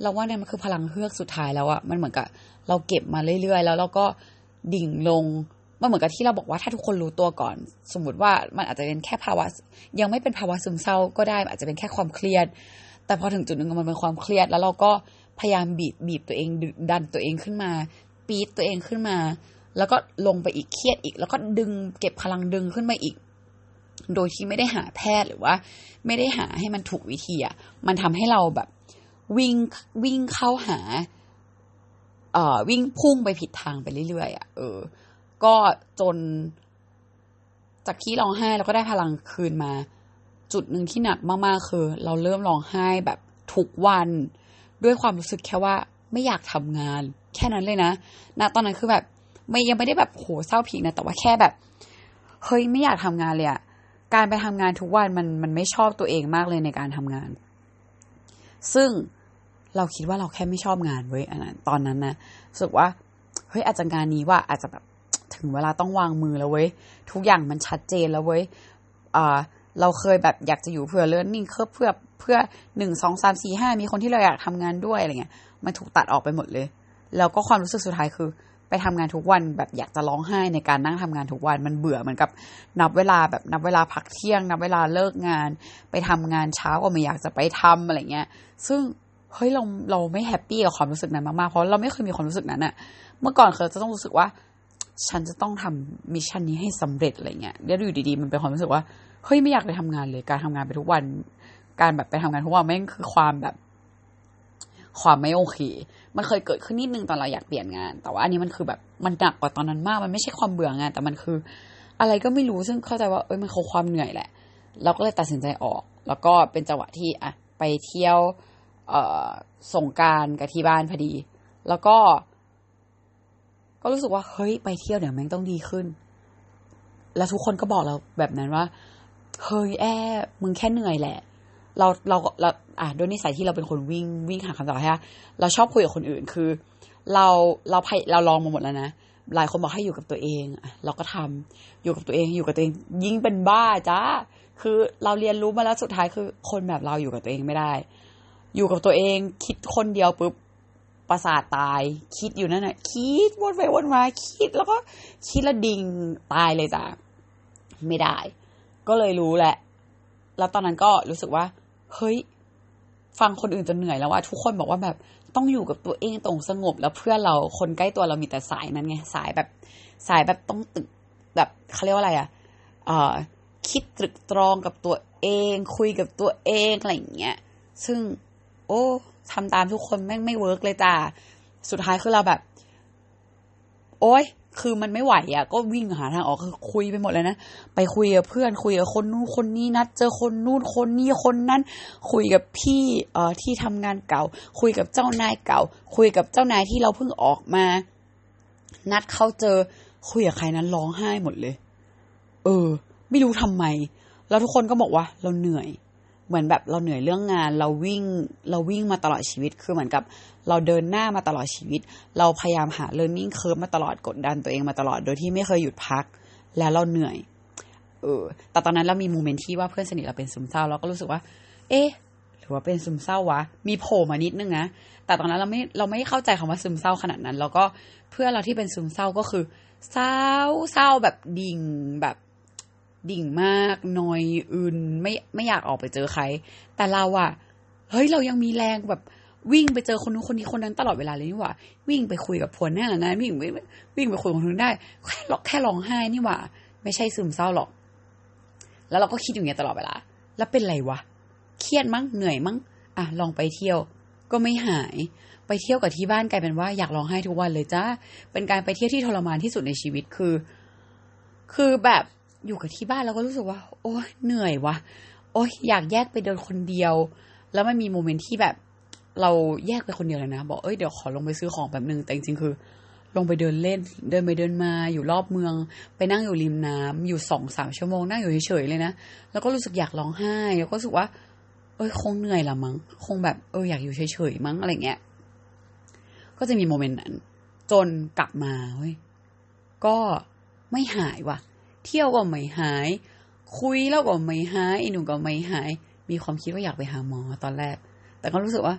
เราว่าเนี่ยมันคือพลังเฮือกสุดท้ายแล้วอะมันเหมือนกับเราเก็บมาเรื่อยๆแล้วเราก็ดิ่งลงมันเหมือนกับที่เราบอกว่าถ้าทุกคนรู้ตัวก่อนสมมติว่ามันอาจจะเป็นแค่ภาวะยังไม่เป็นภาวะซึมเศร้าก็ได้อาจจะเป็นแค่ความเครียดแต่พอถึงจุดนึงมันเป็นความเครียดแล้วเราก็พยายามบีบบีบตัวเองดันตัวเองขึ้นมาปี๊ดตัวเองขึ้นมาแล้วก็ลงไปอีกเครียดอีกแล้วก็ดึงเก็บพลังดึงขึ้นมาอีกโดยที่ไม่ได้หาแพทย์หรือว่าไม่ได้หาให้มันถูกวิธีอ่ะมันทำให้เราแบบวิ่งวิ่งเข้าหาเอ่อวิ่งพุ่งไปผิดทางไปเรื่อยๆอ่ะเออก็จนจากที่ร้องไห้เราก็ได้พลังคืนมาจุดหนึ่งที่หนักมากๆคือเราเริ่มร้องไห้แบบทุกวันด้วยความรู้สึกแค่ว่าไม่อยากทำงานแค่นั้นเลยนะณตอนนั้นคือแบบไม่ยังไม่ได้แบบโหเศร้าพีกนะแต่ว่าแค่แบบเฮ้ยไม่อยากทำงานเลยอะการไปทำงานทุกวันมันมันไม่ชอบตัวเองมากเลยในการทำงานซึ่งเราคิดว่าเราแค่ไม่ชอบงานเว้ยอันนั้นตอนนั้นนะรู้สึกว่าเฮ้ยอาจจะงานนี้ว่าอาจจะแบบถึงเวลาต้องวางมือแล้วเว้ยทุกอย่างมันชัดเจนแล้วเว้ยอ่าเราเคยแบบอยากจะอยู่เพื่อ learning เพื่อเพื่อเพื่อหนึ่ง สอง สาม สี่ ห้ามีคนที่เราอยากทำงานด้วยอะไรเงี้ยมันถูกตัดออกไปหมดเลยแล้วก็ความรู้สึกสุดท้ายคือไปทำงานทุกวันแบบอยากจะร้องไห้ในการนั่งทำงานทุกวันมันเบื่อเหมือนกับนับเวลาแบบนับเวลาพักเที่ยงนับเวลาเลิกงานไปทำงานเช้าก็ไม่อยากจะไปทำอะไรเงี้ยซึ่งเฮ้ยเราเราไม่แฮปปี้กับความรู้สึกนั้นมากๆเพราะเราไม่เคยมีความรู้สึกนั้นอะเมื่อก่อนเคยจะต้องรู้สึกว่าฉันจะต้องทำมิชชั่นนี้ให้สำเร็จอะไรเงี้ยแล้วอยู่ดีๆมันเป็นความรู้สึกว่าเฮ้ยไม่อยากไปทำงานเลยการทำงานไปทุกวันการแบบไปทำงานทุกวันแม่งคือความแบบความไม่โอเคมันเคยเกิดขึ้นนิดนึงตอนเราอยากเปลี่ยนงานแต่ว่าอันนี้มันคือแบบมันหนักกว่าตอนนั้นมากมันไม่ใช่ความเบื่องานแต่มันคืออะไรก็ไม่รู้ซึ่งเข้าใจว่าเอ้ยมันคือความเหนื่อยแหละเราก็เลยตัดสินใจออกแล้วก็เป็นจังหวะที่อ่ะไปเที่ยวเอ่อสงกรานต์กับที่บ้านพอดีแล้วก็ก็รู้สึกว่าเฮ้ยไปเที่ยวเดี๋ยวแม่งต้องดีขึ้นแล้วทุกคนก็บอกเราแบบนั้นว่าเฮ้ยแอ้มึงแค่เหนื่อยแหละเราเราเราอ่ะด้วยนิสัยที่เราเป็นคนวิ่งวิ่งหาคำตอบให้เราชอบคุยกับคนอื่นคือเราเราเราลองมาหมดแล้วนะหลายคนบอกให้อยู่กับตัวเองอ่ะเราก็ทำอยู่กับตัวเองอยู่กับตัวเองยิ่งเป็นบ้าจ้าคือเราเรียนรู้มาแล้วสุดท้ายคือคนแบบเราอยู่กับตัวเองไม่ได้อยู่กับตัวเองคิดคนเดียวปุ๊บประสาทตายคิดอยู่นั่นน่ะคิดวนไปวนมาคิดแล้วก็คิดแล้วดิ่งตายเลยจ้ะไม่ได้ก็เลยรู้แหละแล้วตอนนั้นก็รู้สึกว่าเฮ้ยฟังคนอื่นจนเหนื่อยแล้วว่าทุกคนบอกว่าแบบต้องอยู่กับตัวเองตรงสงบแล้วเพื่อนเราคนใกล้ตัวเรามีแต่สายนั้นไงสายแบบสายแบบต้องตึกแบบเขาเรียกว่าอะไรอ่ะเอ่อคิดตรึกตรองกับตัวเองคุยกับตัวเองอะไรอย่างเงี้ยซึ่งโอ้ทำตามทุกคนแม่งไม่เวิร์กเลยจ้าสุดท้ายคือเราแบบโอ๊ยคือมันไม่ไหวอ่ะก็วิ่งหาทางออกคือคุยไปหมดเลยนะไปคุยกับเพื่อนคุยกับคนนู้นคนนี้นัดเจอคนนู้นคนนี้คนนั้นคุยกับพี่เอ่อที่ทำงานเก่าคุยกับเจ้านายเก่าคุยกับเจ้านายที่เราเพิ่งออกมานัดเขาเจอคุยกับใครนั้นร้องไห้หมดเลยเออไม่รู้ทำไมแล้วทุกคนก็บอกว่าเราเหนื่อยเหมือนแบบเราเหนื่อยเรื่องงานเราวิ่งเราวิ่งมาตลอดชีวิตคือเหมือนกับเราเดินหน้ามาตลอดชีวิตเราพยายามหา learning curve มาตลอดกดดันตัวเองมาตลอดโดยที่ไม่เคยหยุดพักแล้วเราเหนื่อยเออแต่ตอนนั้นเรามีโมเมนต์ที่ว่าเพื่อนสนิทเราเป็นซึมเศร้าเราก็รู้สึกว่าเอ๊ะหรือว่าเป็นซึมเศร้าวะมีโผล่มานิดนึงนะแต่ตอนนั้นเราไม่เราไม่เข้าใจคำว่าซึมเศร้าขนาดนั้นแล้วก็เพื่อนเราที่เป็นซึมเศร้าก็คือเศร้าเศร้าแบบดิ่งแบบดิ่งมากนอยอื่นไม่ไม่อยากออกไปเจอใครแต่เราอะเฮ้ยเรายังมีแรงแบบวิ่งไปเจอคนนู้นคนนี้คนนั้นตลอดเวลาเลยนี่หว่าวิ่งไปคุยกับผัวหน้านะวิ่งไปวิ่งไปคุยกับคนนู้นได้แค่แค่ร้องไห้นี่หว่าไม่ใช่ซึมเศร้าหรอกแล้วเราก็คิดอย่างเงี้ยตลอดเวลาแล้วเป็นไรวะเครียดมั้งเหนื่อยมั้งอ่ะลองไปเที่ยวก็ไม่หายไปเที่ยวกับที่บ้านกลายเป็นว่าอยากร้องไห้ทุกวันเลยจ้าเป็นการไปเที่ยวที่ทรมานที่สุดในชีวิตคือคือแบบอยู่กับที่บ้านเราก็รู้สึกว่าโอ๊ยเหนื่อยวะโอ๊ยอยากแยกไปเดินคนเดียวแล้วมันมีโมเมนต์ที่แบบเราแยกไปคนเดียวเลยนะบอกเอ้ยเดี๋ยวขอลงไปซื้อของแบบนึงแต่จริงๆคือลงไปเดินเล่นเดินไปเดินมาอยู่รอบเมืองไปนั่งอยู่ริมน้ำอยู่ สองสาม ชั่วโมงนั่งอยู่เฉยๆเลยนะแล้วก็รู้สึกอยากร้องไห้แล้วก็รู้สึกว่าเอ้ยคงเหนื่อยละมั้งคงแบบเอออยากอยู่เฉยๆมั้งอะไรเงี้ยก็จะมีโมเมนต์นั้นจนกลับมาเว้ยก็ไม่หายว่ะเที่ยวก็ไม่หายคุยแล้วก็ไม่หายหนูก็ไม่หายมีความคิดว่าอยากไปหาหมอตอนแรกแต่ก็รู้สึกว่า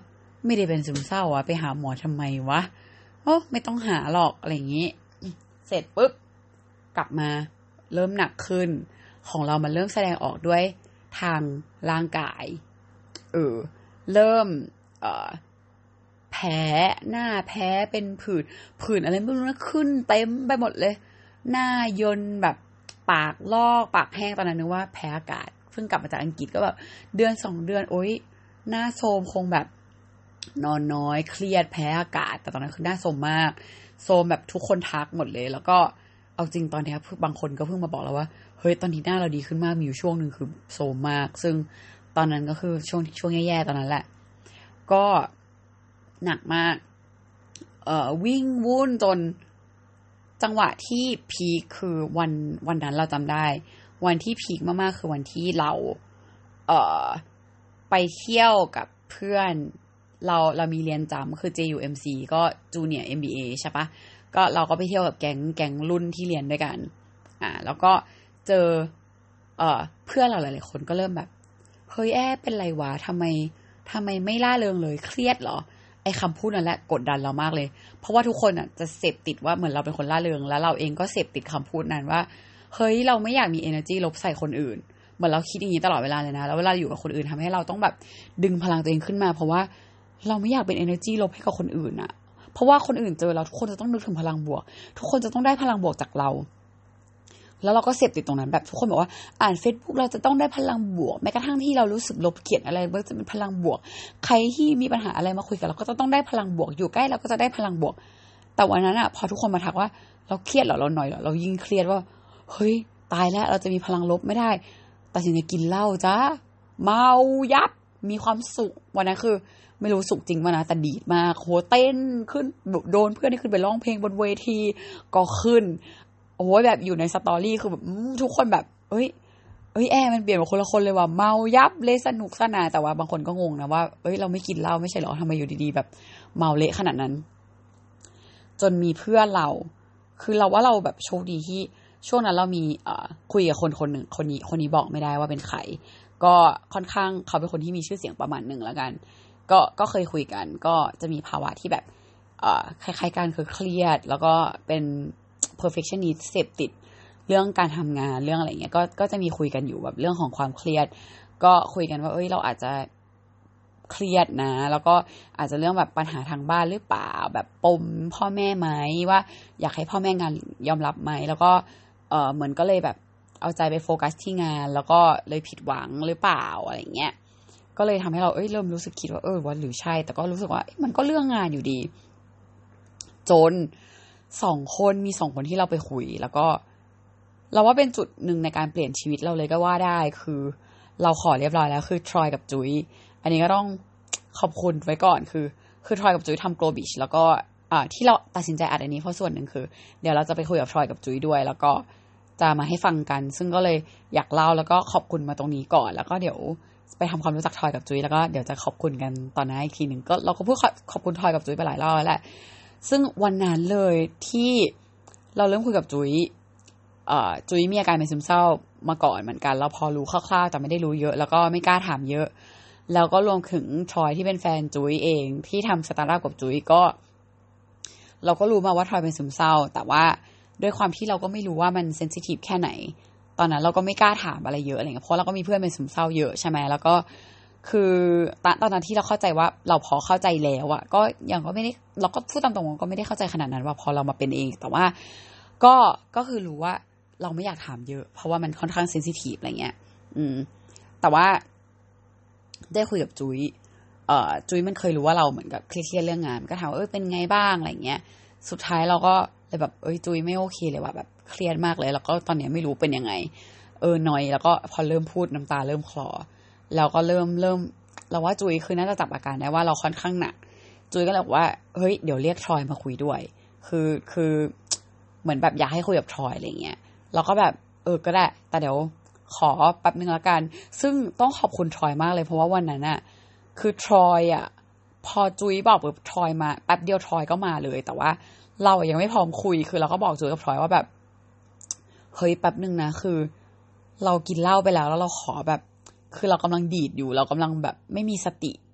ไม่ได้เป็นซึมเศร้าวะไปหาหมอทำไมวะโอ้ไม่ต้องหาหรอกอะไรอย่างนี้เสร็จปุ๊บกลับมาเริ่มหนักขึ้นของเรามันเริ่มแสดงออกด้วยทางร่างกายเออเริ่มเอ่อแพ้หน้าแพ้เป็นผื่นผื่นอะไรไม่รู้นะขึ้นเต็มไปหมดเลยหน้ายนแบบปากลอกปากแห้งตอนนั้นนึกว่าแพ้อากาศเพิ่งกลับมาจากอังกฤษก็แบบเดือนสองเดือนโอ๊ยหน้าโทรมคงแบบนอนน้อยเครียดแพ้อากาศแต่ตอนนั้นคือหน้าโทรมมากโทรมแบบทุกคนทักหมดเลยแล้วก็เอาจริงตอนนี้บางคนก็เพิ่งมาบอกแล้วว่าเฮ้ยตอนนี้หน้าเราดีขึ้นมากมีอยู่ช่วงนึงคือโทรมมากซึ่งตอนนั้นก็คือช่วงช่วงแย่ๆตอนนั้นแหละก็หนักมากเอ่อวิ่งวุ่นจนจังหวะที่พีคคือวันวันนั้นเราจำได้วันที่พีคมากๆคือวันที่เราเอ่อไปเที่ยวกับเพื่อนเราเรามีเรียนจำคือ เจ ยู เอ็ม ซี ก็ Junior เอ็ม บี เอ ใช่ปะก็เราก็ไปเที่ยวกับแก๊งแก๊งรุ่นที่เรียนด้วยกันอ่าแล้วก็เจอเอ่อเพื่อนเราหลายๆคนก็เริ่มแบบเฮ้ยแอบเป็นไรวะทำไมทำไมไม่ล่าเริงเลยเครียดเหรอไอ้คำพูดนั่นแหละกดดันเรามากเลยเพราะว่าทุกคนอ่ะจะเสพติดว่าเหมือนเราเป็นคนล่าเริงแล้วเราเองก็เสพติดคำพูดนั้นว่าเฮ้ยเราไม่อยากมี energy ลบใส่คนอื่นเหมือนเราคิดอย่างนี้ตลอดเวลาเลยนะแล้วเวลาอยู่กับคนอื่นทำให้เราต้องแบบดึงพลังตัวเองขึ้นมาเพราะว่าเราไม่อยากเป็น energy ลบให้กับคนอื่นอ่ะเพราะว่าคนอื่นเจอเราทุกคนจะต้องนึกถึงพลังบวกทุกคนจะต้องได้พลังบวกจากเราแล้วเราก็เสพติดตรงนั้นแบบทุกคนบอกว่าอ่าน Facebook เราจะต้องได้พลังบวกแม้กระทั่งที่เรารู้สึกลบเกลียดอะไรก็จะเป็นพลังบวกใครที่มีปัญหาอะไรมาคุยกับเราก็จะต้องได้พลังบวกอยู่ใกล้เราก็จะได้พลังบวกแต่วันนั้นอ่ะพอทุกคนมาทักว่าเราเครียดเหรอเราหน่อยเหรอเรายิ่งเครียดว่าเฮ้ยตายแล้วเราจะมีพลังลบไม่ได้ตัดสินใจกินเหล้าจ้าเมายับมีความสุขวันนั้นคือไม่รู้สุขจริงป่ะนะแต่ดีดมากโหเต้นขึ้นโดนเพื่อนที่ขึ้นไปร้องเพลงบนเวทีก็ขึ้นโอ้ยแบบอยู่ในสตอรี่คือแบบทุกคนแบบเอ้ยเอ้ยแอร์มันเปลี่ยนเป็นคนละคนเลยว่ะเมายับเลยสนุกสนานแต่ว่าบางคนก็งงนะว่าเอ้ยเราไม่กินเหล้าไม่ใช่หรอทำไมอยู่ดีๆแบบเมาเละขนาดนั้นจนมีเพื่อนเราคือเราว่าเราแบบโชคดีที่ช่วงนั้นเรามีเอ่อคุยกับคนคนหนึ่งคนนี้คนนี้บอกไม่ได้ว่าเป็นใครก็ค่อนข้างเขาเป็นคนที่มีชื่อเสียงประมาณหนึ่งแล้วกันก็ก็เคยคุยกันก็จะมีภาวะที่แบบเอ่อคล้ายๆกันคือเครียดแล้วก็เป็น perfectionist เสพติดเรื่องการทำงานเรื่องอะไรเงี้ยก็ก็จะมีคุยกันอยู่แบบเรื่องของความเครียดก็คุยกันว่าเอ้ยเราอาจจะเครียดนะแล้วก็อาจจะเรื่องแบบปัญหาทางบ้านหรือเปล่าแบบปมพ่อแม่ไหมว่าอยากให้พ่อแม่งานยอมรับไหมแล้วก็เออเหมือนก็เลยแบบเอาใจไปโฟกัสที่งานแล้วก็เลยผิดหวังหรือเปล่าอะไรเงี้ยก็เลยทำให้เราเอ้ยเริ่มรู้สึกคิดว่าเออว่าหรือใช่แต่ก็รู้สึกว่ามันก็เรื่องงานอยู่ดีจนสองคนมีสองคนที่เราไปคุยแล้วก็เราว่าเป็นจุดหนึ่งในการเปลี่ยนชีวิตเราเลยก็ว่าได้คือเราขอเรียบร้อยแล้วคือทรอยกับจุ๋ยอันนี้ก็ต้องขอบคุณไว้ก่อนคือคือทรอยกับจุ๋ยทำโกลบิชแล้วก็อ่าที่เราตัดสินใจอัดอันนี้เพราะส่วนหนึ่งคือเดี๋ยวเราจะไปคุยกับทรอยกับจุ๋ยด้วยแล้วก็จะมาให้ฟังกันซึ่งก็เลยอยากเล่าแล้วก็ขอบคุณมาตรงนี้ก่อนแล้วก็เดี๋ยวไปทำความรู้จักทรอยกับจุ๋ยแล้วก็เดี๋ยวจะขอบคุณกันตอนหน้าอีกทีหนึ่งก็เราก็พูดขอบคุณทรอยกับจุ๋ยไปหลายรอบแล้วแหละซึ่งวันนั้นเลยที่เราเริ่มคุยกับจุ๋ยเอ่อจุ๋ยมีอาการเป็นซึมเศร้ามาก่อนเหมือนกันเราพอรู้คร่าวๆแต่ไม่ได้รู้เยอะแล้วก็ไม่กล้าถามเยอะแล้วก็รวมถึงทรอยที่เป็นแฟนจุ๋ยเองที่ทำสตาร์ทอัพกับจุ๋ยก็เราก็รู้มาว่าทรอยเป็นซึมเศร้าแต่ว่าด้วยความที่เราก็ไม่รู้ว่ามันเซนซิทีฟแค่ไหนตอนนั้นเราก็ไม่กล้าถามอะไรเยอะอะไรเงี้ยเพราะเราก็มีเพื่อนเป็นซึมเศร้าเยอะใช่ไหมแล้วก็คือตอนนั้นที่เราเข้าใจว่าเราพอเข้าใจแล้วอะก็ยังก็ไม่ได้เราก็พูดตามตรงๆก็ไม่ได้เข้าใจขนาดนั้นว่าพอเรามาเป็นเองแต่ว่าก็ก็คือรู้ว่าเราไม่อยากถามเยอะเพราะว่ามันค่อนข้างเซนซิทีฟอะไรเงี้ยอืมแต่ว่าได้คุยกับจุ๋ยเอ่อจุ๋ยมันเคยรู้ว่าเราเหมือนกับเครียดเรื่องงานก็ถามว่าเออเป็นไงบ้างอะไรเงี้ยสุดท้ายเราก็เลยแบบเอ้ยจุ๋ยไม่โอเคเลยว่ะแบบเครียดมากเลยแล้วก็ตอนนี้ไม่รู้เป็นยังไงเออหน่อยแล้วก็พอเริ่มพูดน้ำตาเริ่มคลอเราก็เริ่มเริ่มเราว่าจุ๋ยคือน่าจะจับอาการได้ว่าเราค่อนข้างหนักจุ๋ยก็เลยบอกว่าเฮ้ยเดี๋ยวเรียกทรอยมาคุยด้วยคือคือเหมือนแบบอยากให้คุยกับทรอยอะไรเงี้ยเราก็แบบเออก็ได้แต่เดี๋ยวขอแป๊บนึงละกันซึ่งต้องขอบคุณทรอยมากเลยเพราะว่าวันนั้นน่ะคือทรอยอ่ะพอจุ๋ยบอกแบบทรอยมาแป๊บเดียวทรอยก็มาเลยแต่ว่าเรายังไม่พร้อมคุยคือเราก็บอกจุ๋ยกับทรอยว่าแบบเฮ้ยแป๊บนึงนะคือเรากินเหล้าไปแล้วแล้วเราขอแบบคือเรากำลังดีดอยู่เรากำลังแบบไม่มีสติ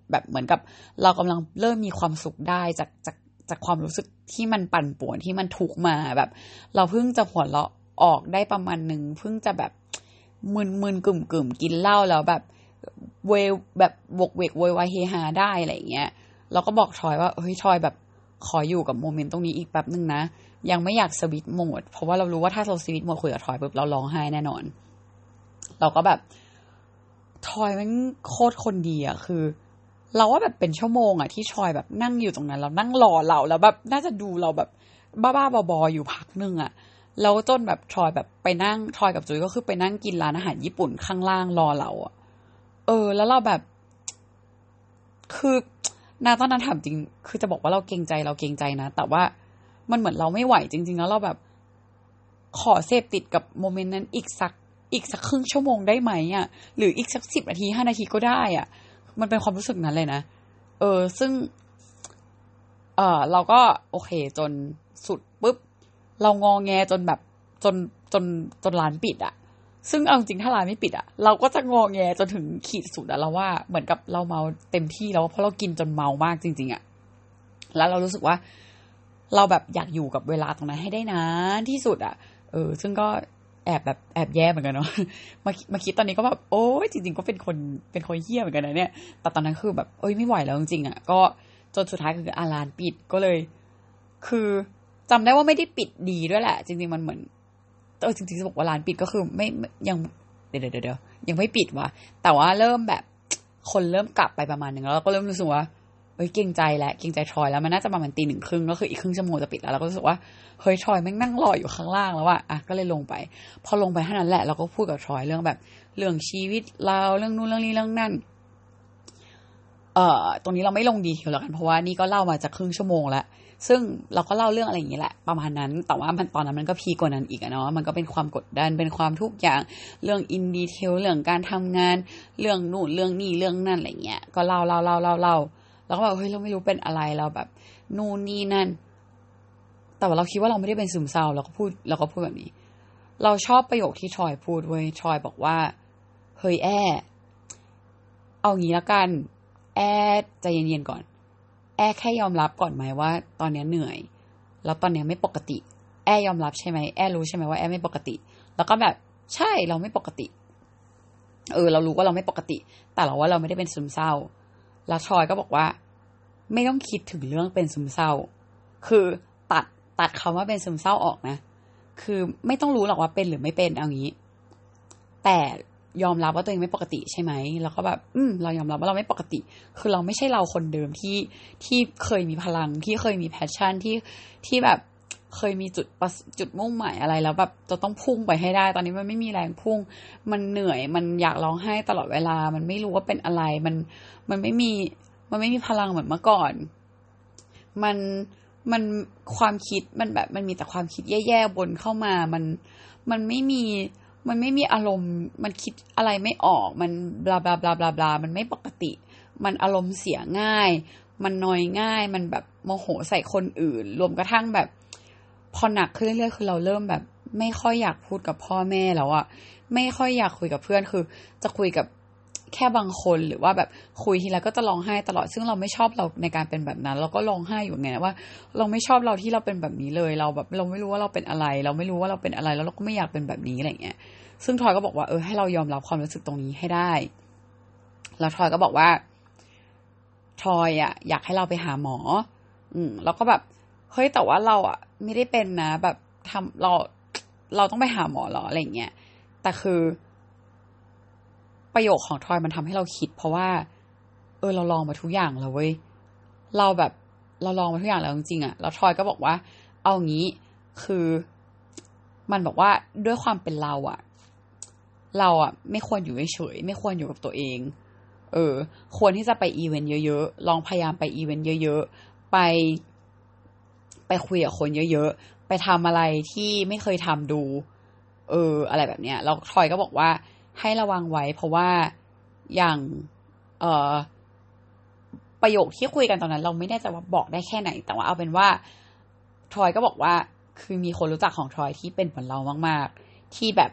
แบบเหมือนกับเรากำลังเริ่มมีความสุขได้จากจากจากความรู้สึกที่มันปั่นป่วนที่มันทุกข์มาแบบเราเพิ่งจะหัวเราะออกได้ประมาณนึงเพิ่งจะแบบมึนๆกึ่มๆกินเหล้าแล้วแบบเวแบบวกเวกโวยวายเฮฮาได้อะไรอย่างเงี้ยเราก็บอกทอยว่าเฮ้ยทอยแบบขออยู่กับโมเมนต์ตรงนี้อีกแป๊บนึงนะยังไม่อยากสวิตช์โหมดเพราะว่าเรารู้ว่าถ้าเราสวิตช์โหมดคุยกับทอยปุ๊บเราร้องไห้แน่นอนเราก็แบบทอยมันโคตรคนดีอะคือเราว่าแบบเป็นชั่วโมงอะที่ทอยแบบนั่งอยู่ตรงนั้นเรานั่งรอเราแล้วแบบน่าจะดูเราแบบบ้าๆบอๆอยู่พักนึงอะแล้วจนแบบทอยแบบไปนั่งทอยกับจุ้ยก็คือไปนั่งกินร้านอาหารญี่ปุ่นข้างล่างรอเราอะเออแล้วเราแบบคือนาตอนนั้นถามจริงคือจะบอกว่าเราเกรงใจเราเกรงใจนะแต่ว่ามันเหมือนเราไม่ไหวจริงๆแล้วเราแบบขอเสพติดกับโมเมนต์นั้นอีกสักอีกสักครึ่งชั่วโมงได้ไหมอ่ะหรืออีกสักสิบนาทีห้านาทีก็ได้อ่ะมันเป็นความรู้สึกนั้นเลยนะเออซึ่งเออเราก็โอเคจนสุดปุ๊บเรางอแงจนแบบจนจนจนร้านปิดอ่ะซึ่งเอาจริงถ้าร้านไม่ปิดอ่ะเราก็จะงอแงจนถึงขีดสุดอ่ะเราว่าเหมือนกับเราเมาเต็มที่แล้วเพราะเรากินจนเมามากจริงๆอ่ะแล้วเรารู้สึกว่าเราแบบอยากอยู่กับเวลาตรงนั้นให้ได้นานที่สุดอ่ะเออซึ่งก็แอบแบบแอบแย่เหมือนกันเนาะมามาคิดตอนนี้ก็แบบโอ้ยจริงๆก็เป็นคนเป็นคนเหี้ยเหมือนกันนะเนี่ยแต่ตอนนั้นคือแบบเอ้ยไม่ไหวแล้วจริงๆอ่ะก็จนสุดท้ายคืออาร้านปิดก็เลยคือจำได้ว่าไม่ได้ปิดดีด้วยแหละจริงๆมันเหมือนเออจริงๆจะบอกว่าร้านปิดก็คือไม่ยังเดี๋ยวเดี๋ยวเดี๋ยวยังไม่ปิดว่ะแต่ว่าเริ่มแบบคนเริ่มกลับไปประมาณนึงแล้วเราก็เริ่มรู้สึกว่าเฮ้ยเกรงใจแล้วเกรงใจทรอยแล้วมันน่าจะประมาณตีหนึ่งครึ่งก็คืออีกครึ่งชั่วโมงจะปิดแล้วเราก็รู้สึกว่าเฮ้ยทรอยแม่งนั่งรออยู่ข้างล่างแล้วว่ะอ่ะก็เลยลงไปพอลงไปเท่านั้นแหละเราก็พูดกับทรอยเรื่องแบบเรื่องชีวิตเราเรื่องนู้นเรื่องนี้เรื่องนั่นเอ่อตรงนี้เราไม่ลงดีเทลแล้วกันเพราะว่านี่ก็เล่ามาจากครึ่งชั่วโมงแล้วซึ่งเราก็เล่าเรื่องอะไรอย่างนี้แหละประมาณนั้นแต่ว่ามันตอนนั้นมันก็พีกว่านั้นอีกอะเนาะมันก็เป็นความกดดันเป็นความทุกอย่างเรื่องอินดีเทลเรื่องการทำงานเรื่องนู่นเรื่องนี่เรื่องนั่นอะไรเงี้ยก็เล่าเล่าเล่าเล่าเล่าแล้วก็แบบเฮ้ยเราไม่รู้เป็นอะไรเราแบบนู่นนี่นั่นแต่ว่าเราคิดว่าเราไม่ได้เป็นซึมเศร้าเราก็พูดเราก็พูดแบบนี้เราชอบประโยคที่ทรอยพูดเว้ยทรอยบอกว่าเฮ้ยแอเอางี้ละกันแอใจเย็นๆก่อนแอแค่ยอมรับก่อนไหมว่าตอนนี้เหนื่อยแล้วตอนนี้ไม่ปกติแอยอมรับใช่ไหมแอรู้ใช่ไหมว่าแอไม่ปกติแล้วก็แบบใช่เราไม่ปกติเออเรารู้ว่าเราไม่ปกติแต่เราว่าเราไม่ได้เป็นซึมเศร้าแล้วทรอยก็บอกว่าไม่ต้องคิดถึงเรื่องเป็นซึมเศร้าคือตัดตัดคำว่าเป็นซึมเศร้าออกนะคือไม่ต้องรู้หรอกว่าเป็นหรือไม่เป็นเอางี้แต่ยอมรับว่าตัวเองไม่ปกติใช่ไหมแล้วก็แบบอืมเรายอมรับว่าเราไม่ปกติคือเราไม่ใช่เราคนเดิมที่ที่เคยมีพลังที่เคยมีแพชชั่นที่ที่แบบเคยมีจุดจุดมุ่งหมายอะไรแล้วแบบจะต้องพุ่งไปให้ได้ตอนนี้มันไม่มีแรงพุ่งมันเหนื่อยมันอยากร้องไห้ตลอดเวลามันไม่รู้ว่าเป็นอะไรมันมันไม่มีมันไม่มีพลังเหมือนเมื่อก่อนมันมันความคิดมันแบบมันมีแต่ความคิดแย่ๆบนเข้ามามันมันไม่มีมันไม่มีอารมณ์มันคิดอะไรไม่ออกมันบลาบลาบลาบลาบลามันไม่ปกติมันอารมณ์เสียง่ายมันนอยง่ายมันแบบโมโหใส่คนอื่นรวมกระทั่งแบบพอหนักขึ้นเรื่อยๆคือเราเริ่มแบบไม่ค่อยอยากพูดกับพ่อแม่แล้วอะไม่ค่อยอยากคุยกับเพื่อนคือจะคุยกับแค่บางคนหรือว่าแบบคุยทีละก็จะร้องไห้ตลอดซึ่งเราไม่ชอบเราในการเป็นแบบนั้นเราก็ร้องไห้อยู่ไงว่าเราไม่ชอบเราที่เราเป็นแบบนี้เลยเราแบบเราไม่รู้ว่าเราเป็นอะไรเราไม่รู้ว่าเราเป็นอะไรแล้วเราก็ไม่อยากเป็นแบบนี้อะไรเงี้ยซึ่งทอยก็บอกว่าเออให้เรายอมรับความรู้สึกตรงนี้ให้ได้แล้วทอยก็บอกว่าทอยอ่ะอยากให้เราไปหาหมออืมแล้วก็แบบเฮ้ยแต่ว่าเราอ่ะไม่ได้เป็นนะแบบทำเราเราต้องไปหาหมอหรออะไรเงี้ยแต่คือประโยคของทอยมันทำให้เราคิดเพราะว่าเออเราลองมาทุกอย่างแล้วเว้ยเราแบบเราลองมาทุกอย่างแล้วจริงๆอ่ะแล้วทอยก็บอกว่าเอางี้คือมันบอกว่าด้วยความเป็นเราอ่ะเราอ่ะไม่ควรอยู่เฉยๆไม่ควรอยู่กับตัวเองเออควรที่จะไปอีเวนต์เยอะๆลองพยายามไปอีเวนต์เยอะๆไปไปคุยกับคนเยอะๆไปทำอะไรที่ไม่เคยทำดูเอออะไรแบบเนี้ยแล้วทอยก็บอกว่าให้ระวังไว้เพราะว่าอย่างเอ่อประโยคที่คุยกันตอนนั้นเราไม่แน่ใจว่าบอกได้แค่ไหนแต่ว่าเอาเป็นว่าทอยก็บอกว่าคือมีคนรู้จักของทอยที่เป็นเหมือนเรามากๆที่แบบ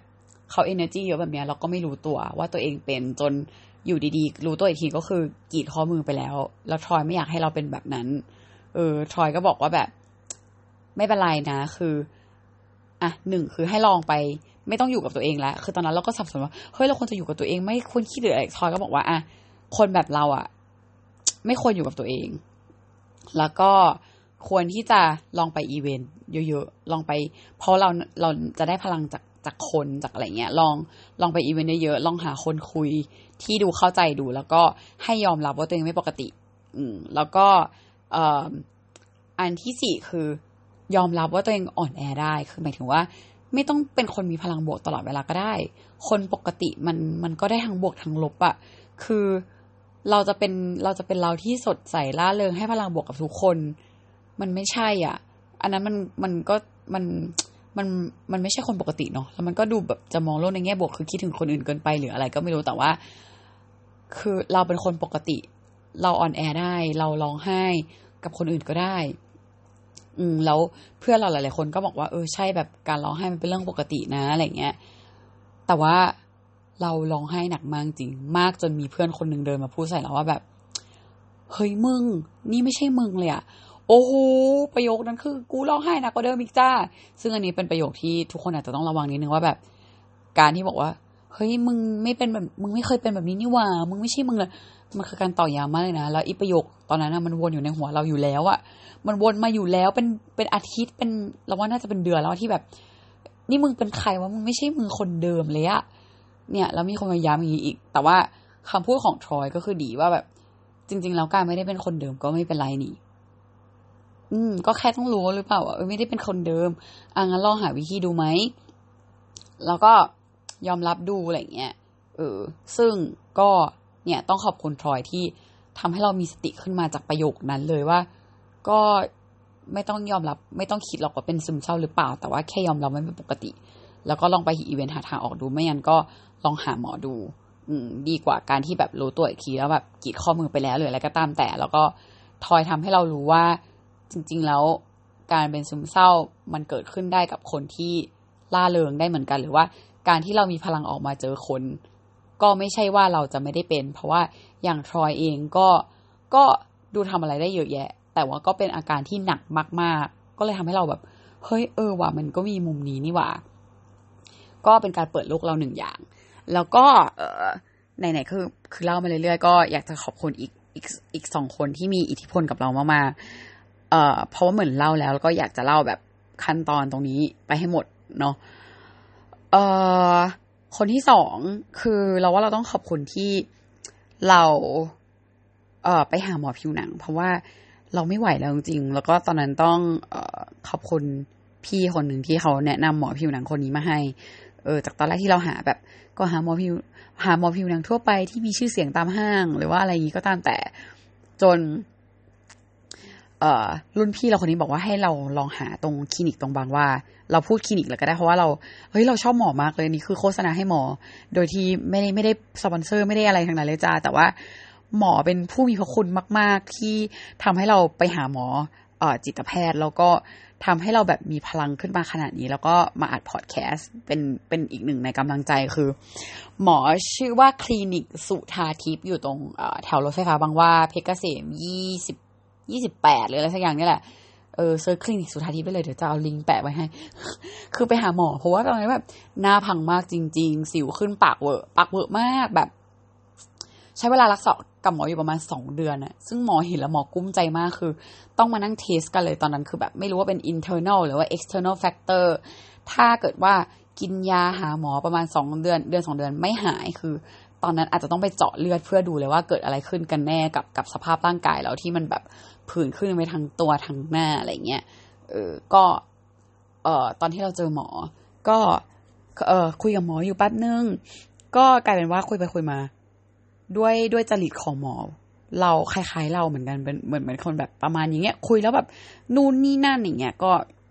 เขา energy เยอะแบบเนี้ยเราก็ไม่รู้ตัวว่าตัวเองเป็นจนอยู่ดีๆรู้ตัวอีกทีก็คือกรีดข้อมือไปแล้วแล้วทรอยไม่อยากให้เราเป็นแบบนั้นเออทรอยก็บอกว่าแบบไม่เป็นไรนะคืออ่ะหนึ่งคือให้ลองไปไม่ต้องอยู่กับตัวเองแล้วคือตอนนั้นเราก็สับสนว่าเฮ้ยเราควรจะอยู่กับตัวเองไม่ควรคิดหรืออะไรทรอยก็บอกว่าอ่ะคนแบบเราอ่ะไม่ควรอยู่กับตัวเองแล้วก็ควรที่จะลองไปอีเวนต์เยอะๆลองไปเพราะเราเราจะได้พลังจากจากคนจากอะไรเงี้ยลองลองไปอีเวนต์เยอะๆลองหาคนคุยที่ดูเข้าใจดูแล้วก็ให้ยอมรับว่าตัวเองไม่ปกติอืมแล้วก็เอ่ออันที่สี่คือยอมรับว่าตัวเองอ่อนแอได้คือหมายถึงว่าไม่ต้องเป็นคนมีพลังบวกตลอดเวลาก็ได้คนปกติมันมันก็ได้ทั้งบวกทั้งลบอะคือเราจะเป็นเราจะเป็นเราที่สดใสร่าเริงให้พลังบวกกับทุกคนมันไม่ใช่อ่ะอันนั้นมันมันก็มันมันมันไม่ใช่คนปกติเนาะแล้วมันก็ดูแบบจะมองโลกในแง่บวกคือคิดถึงคนอื่นเกินไปหรืออะไรก็ไม่รู้แต่ว่าคือเราเป็นคนปกติเราอ่อนแอได้เราร้องไห้กับคนอื่นก็ได้อืมแล้วเพื่อนเราหลายๆคนก็บอกว่าเออใช่แบบการร้องไห้มันเป็นเรื่องปกตินะอะไรเงี้ยแต่ว่าเราร้องไห้หนักมากจริงมากจนมีเพื่อนคนนึงเดินมาพูดใส่เราว่าแบบเฮ้ยมึงนี่ไม่ใช่มึงเลยอะโอ้โหประโยคนั้นคือกูร้องไห้หนักกว่าเดิมอีกจ้าซึ่งอันนี้เป็นประโยคที่ทุกคนอาจจะต้องระวังนิดนึงว่าแบบการที่บอกว่าเฮ้ยมึงไม่เป็นแบบมึงไม่เคยเป็นแบบนี้นี่หว่ามึงไม่ใช่มึงเลยมันคือการต่อยามากเลยนะแล้วอีประโยคตอนนั้นนะมันวนอยู่ในหัวเราอยู่แล้วอะมันวนมาอยู่แล้วเป็นเป็นอาทิตย์เป็นเราว่าน่าจะเป็นเดือนแล้วที่แบบนี่มึงเป็นใครวะมึงไม่ใช่มึงคนเดิมเลยอะเนี่ยแล้วมีคนมาย้ำอย่างนี้อีกแต่ว่าคำพูดของทรอยก็คือดีว่าแบบจริงๆแล้วการไม่ได้เป็นคนเดิมก็ไม่เป็นไรนี่อืมก็แค่ต้องรู้หรือเปล่าว่าเออไม่ได้เป็นคนเดิมอ่ะงั้นลองหาวิธีดูไหมแล้วก็ยอมรับดูอะไรเงี้ยเออซึ่งก็เนี่ยต้องขอบคุณทรอยที่ทำให้เรามีสติขึ้นมาจากประโยคนั้นเลยว่าก็ไม่ต้องยอมรับไม่ต้องคิดหรอกว่าเป็นซึมเศร้าหรือเปล่าแต่ว่าแค่ยอมรับว่าเป็นปกติแล้วก็ลองไปอีเวนต์หาทางออกดูไม่งั้นก็ลองหาหมอดูอืมดีกว่าการที่แบบรู้ตัวอีกทีแล้วแบบกรีดข้อมือไปแล้วหรืออะไรก็ตามแต่แล้วก็ทอยทำให้เรารู้ว่าจริงๆแล้วการเป็นซึมเศร้ามันเกิดขึ้นได้กับคนที่ล่าเริงได้เหมือนกันหรือว่าการที่เรามีพลังออกมาเจอคนก็ไม่ใช่ว่าเราจะไม่ได้เป็นเพราะว่าอย่างทรอยเองก็ก็ดูทำอะไรได้เยอะแยะแต่ว่าก็เป็นอาการที่หนักมากๆก็เลยทำให้เราแบบเฮ้ยเออว่ะมันก็มีมุมนี้นี่หว่าก็เป็นการเปิดโลกเราหนึ่งอย่างแล้วก็เออไหนๆคือคือเล่ามาเรื่อยๆก็อยากจะขอบคุณอีกอีกอีกสองคนที่มีอิทธิพลกับเรามากๆเอ่อเพราะว่าเหมือนเล่าแล้วแล้วก็อยากจะเล่าแบบขั้นตอนตรงนี้ไปให้หมดเนาะเอ่อคนที่สองคือเราว่าเราต้องขอบคุณที่เราเอ่อไปหาหมอผิวหนังเพราะว่าเราไม่ไหวแล้วจริงๆแล้วก็ตอนนั้นต้องเอ่อขอบคุณพี่คนหนึ่งที่เขาแนะนำหมอผิวหนังคนนี้มาให้เออจากตอนแรกที่เราหาแบบก็หาหมอผิวหาหมอผิวหนังทั่วไปที่มีชื่อเสียงตามห้างหรือว่าอะไรอย่างนี้ก็ตามแต่จนเอ่อรุ่นพี่เราคนนี้บอกว่าให้เราลองหาตรงคลินิกตรงบางว่าเราพูดคลินิกเลยก็ได้เพราะว่าเราเฮ้ยเราชอบหมอมากเลยนี่คือโฆษณาให้หมอโดยที่ไม่ได้ไม่ได้สปอนเซอร์ไม่ได้อะไรทั้งนั้นเลยจ้าแต่ว่าหมอเป็นผู้มีพระคุณมากๆที่ทำให้เราไปหาหมอเอ่อจิตแพทย์แล้วก็ทำให้เราแบบมีพลังขึ้นมาขนาดนี้แล้วก็มาอัดพอดแคสต์เป็นเป็นอีกหนึ่งในกำลังใจคือหมอชื่อว่าคลินิกสุธาทิพย์อยู่ตรงแถวรถไฟฟ้าบางหว่าเพชรเกษมยี่สิบยี่สิบแปดหรืออะไรสักอย่างนี่แหละเออเซิร์ชคลินิกสุธาทิพย์ไปเลยเดี๋ยวจะเอาลิงก์แปะไว้ให้ คือไปหาหมอเพราะว่าตอนนี้แบบหน้าพังมากจริงๆสิวขึ้นปากเวอะปากเวอะมากแบบใช้เวลารักษากับหมออยู่ประมาณสองเดือนน่ะซึ่งหมอเห็นแล้วหมอกุ้มใจมากคือต้องมานั่งเทสกันเลยตอนนั้นคือแบบไม่รู้ว่าเป็น internal หรือว่า external factor ถ้าเกิดว่ากินยาหาหมอประมาณสองเดือนเดือนสองเดือนไม่หายคือตอนนั้นอาจจะต้องไปเจาะเลือดเพื่อดูเลยว่าเกิดอะไรขึ้นกันแน่กับกับสภาพร่างกายเราที่มันแบบผื่นขึ้นไปทั้งตัวทั้งหน้าอะไรเงี้ยเออก็เอ่อตอนที่เราเจอหมอก็เอ่อคุยกับหมออยู่แป๊บนึงก็กลายเป็นว่าคุยไปคุยมาด้วยด้วยจริตของหมอเราคล้ายๆเราเหมือนกันเป็นเหมือนเหมือนคนแบบประมาณอย่างเงี้ยคุยแล้วแบบนู่นนี่นั่นอย่างเงี้ยก็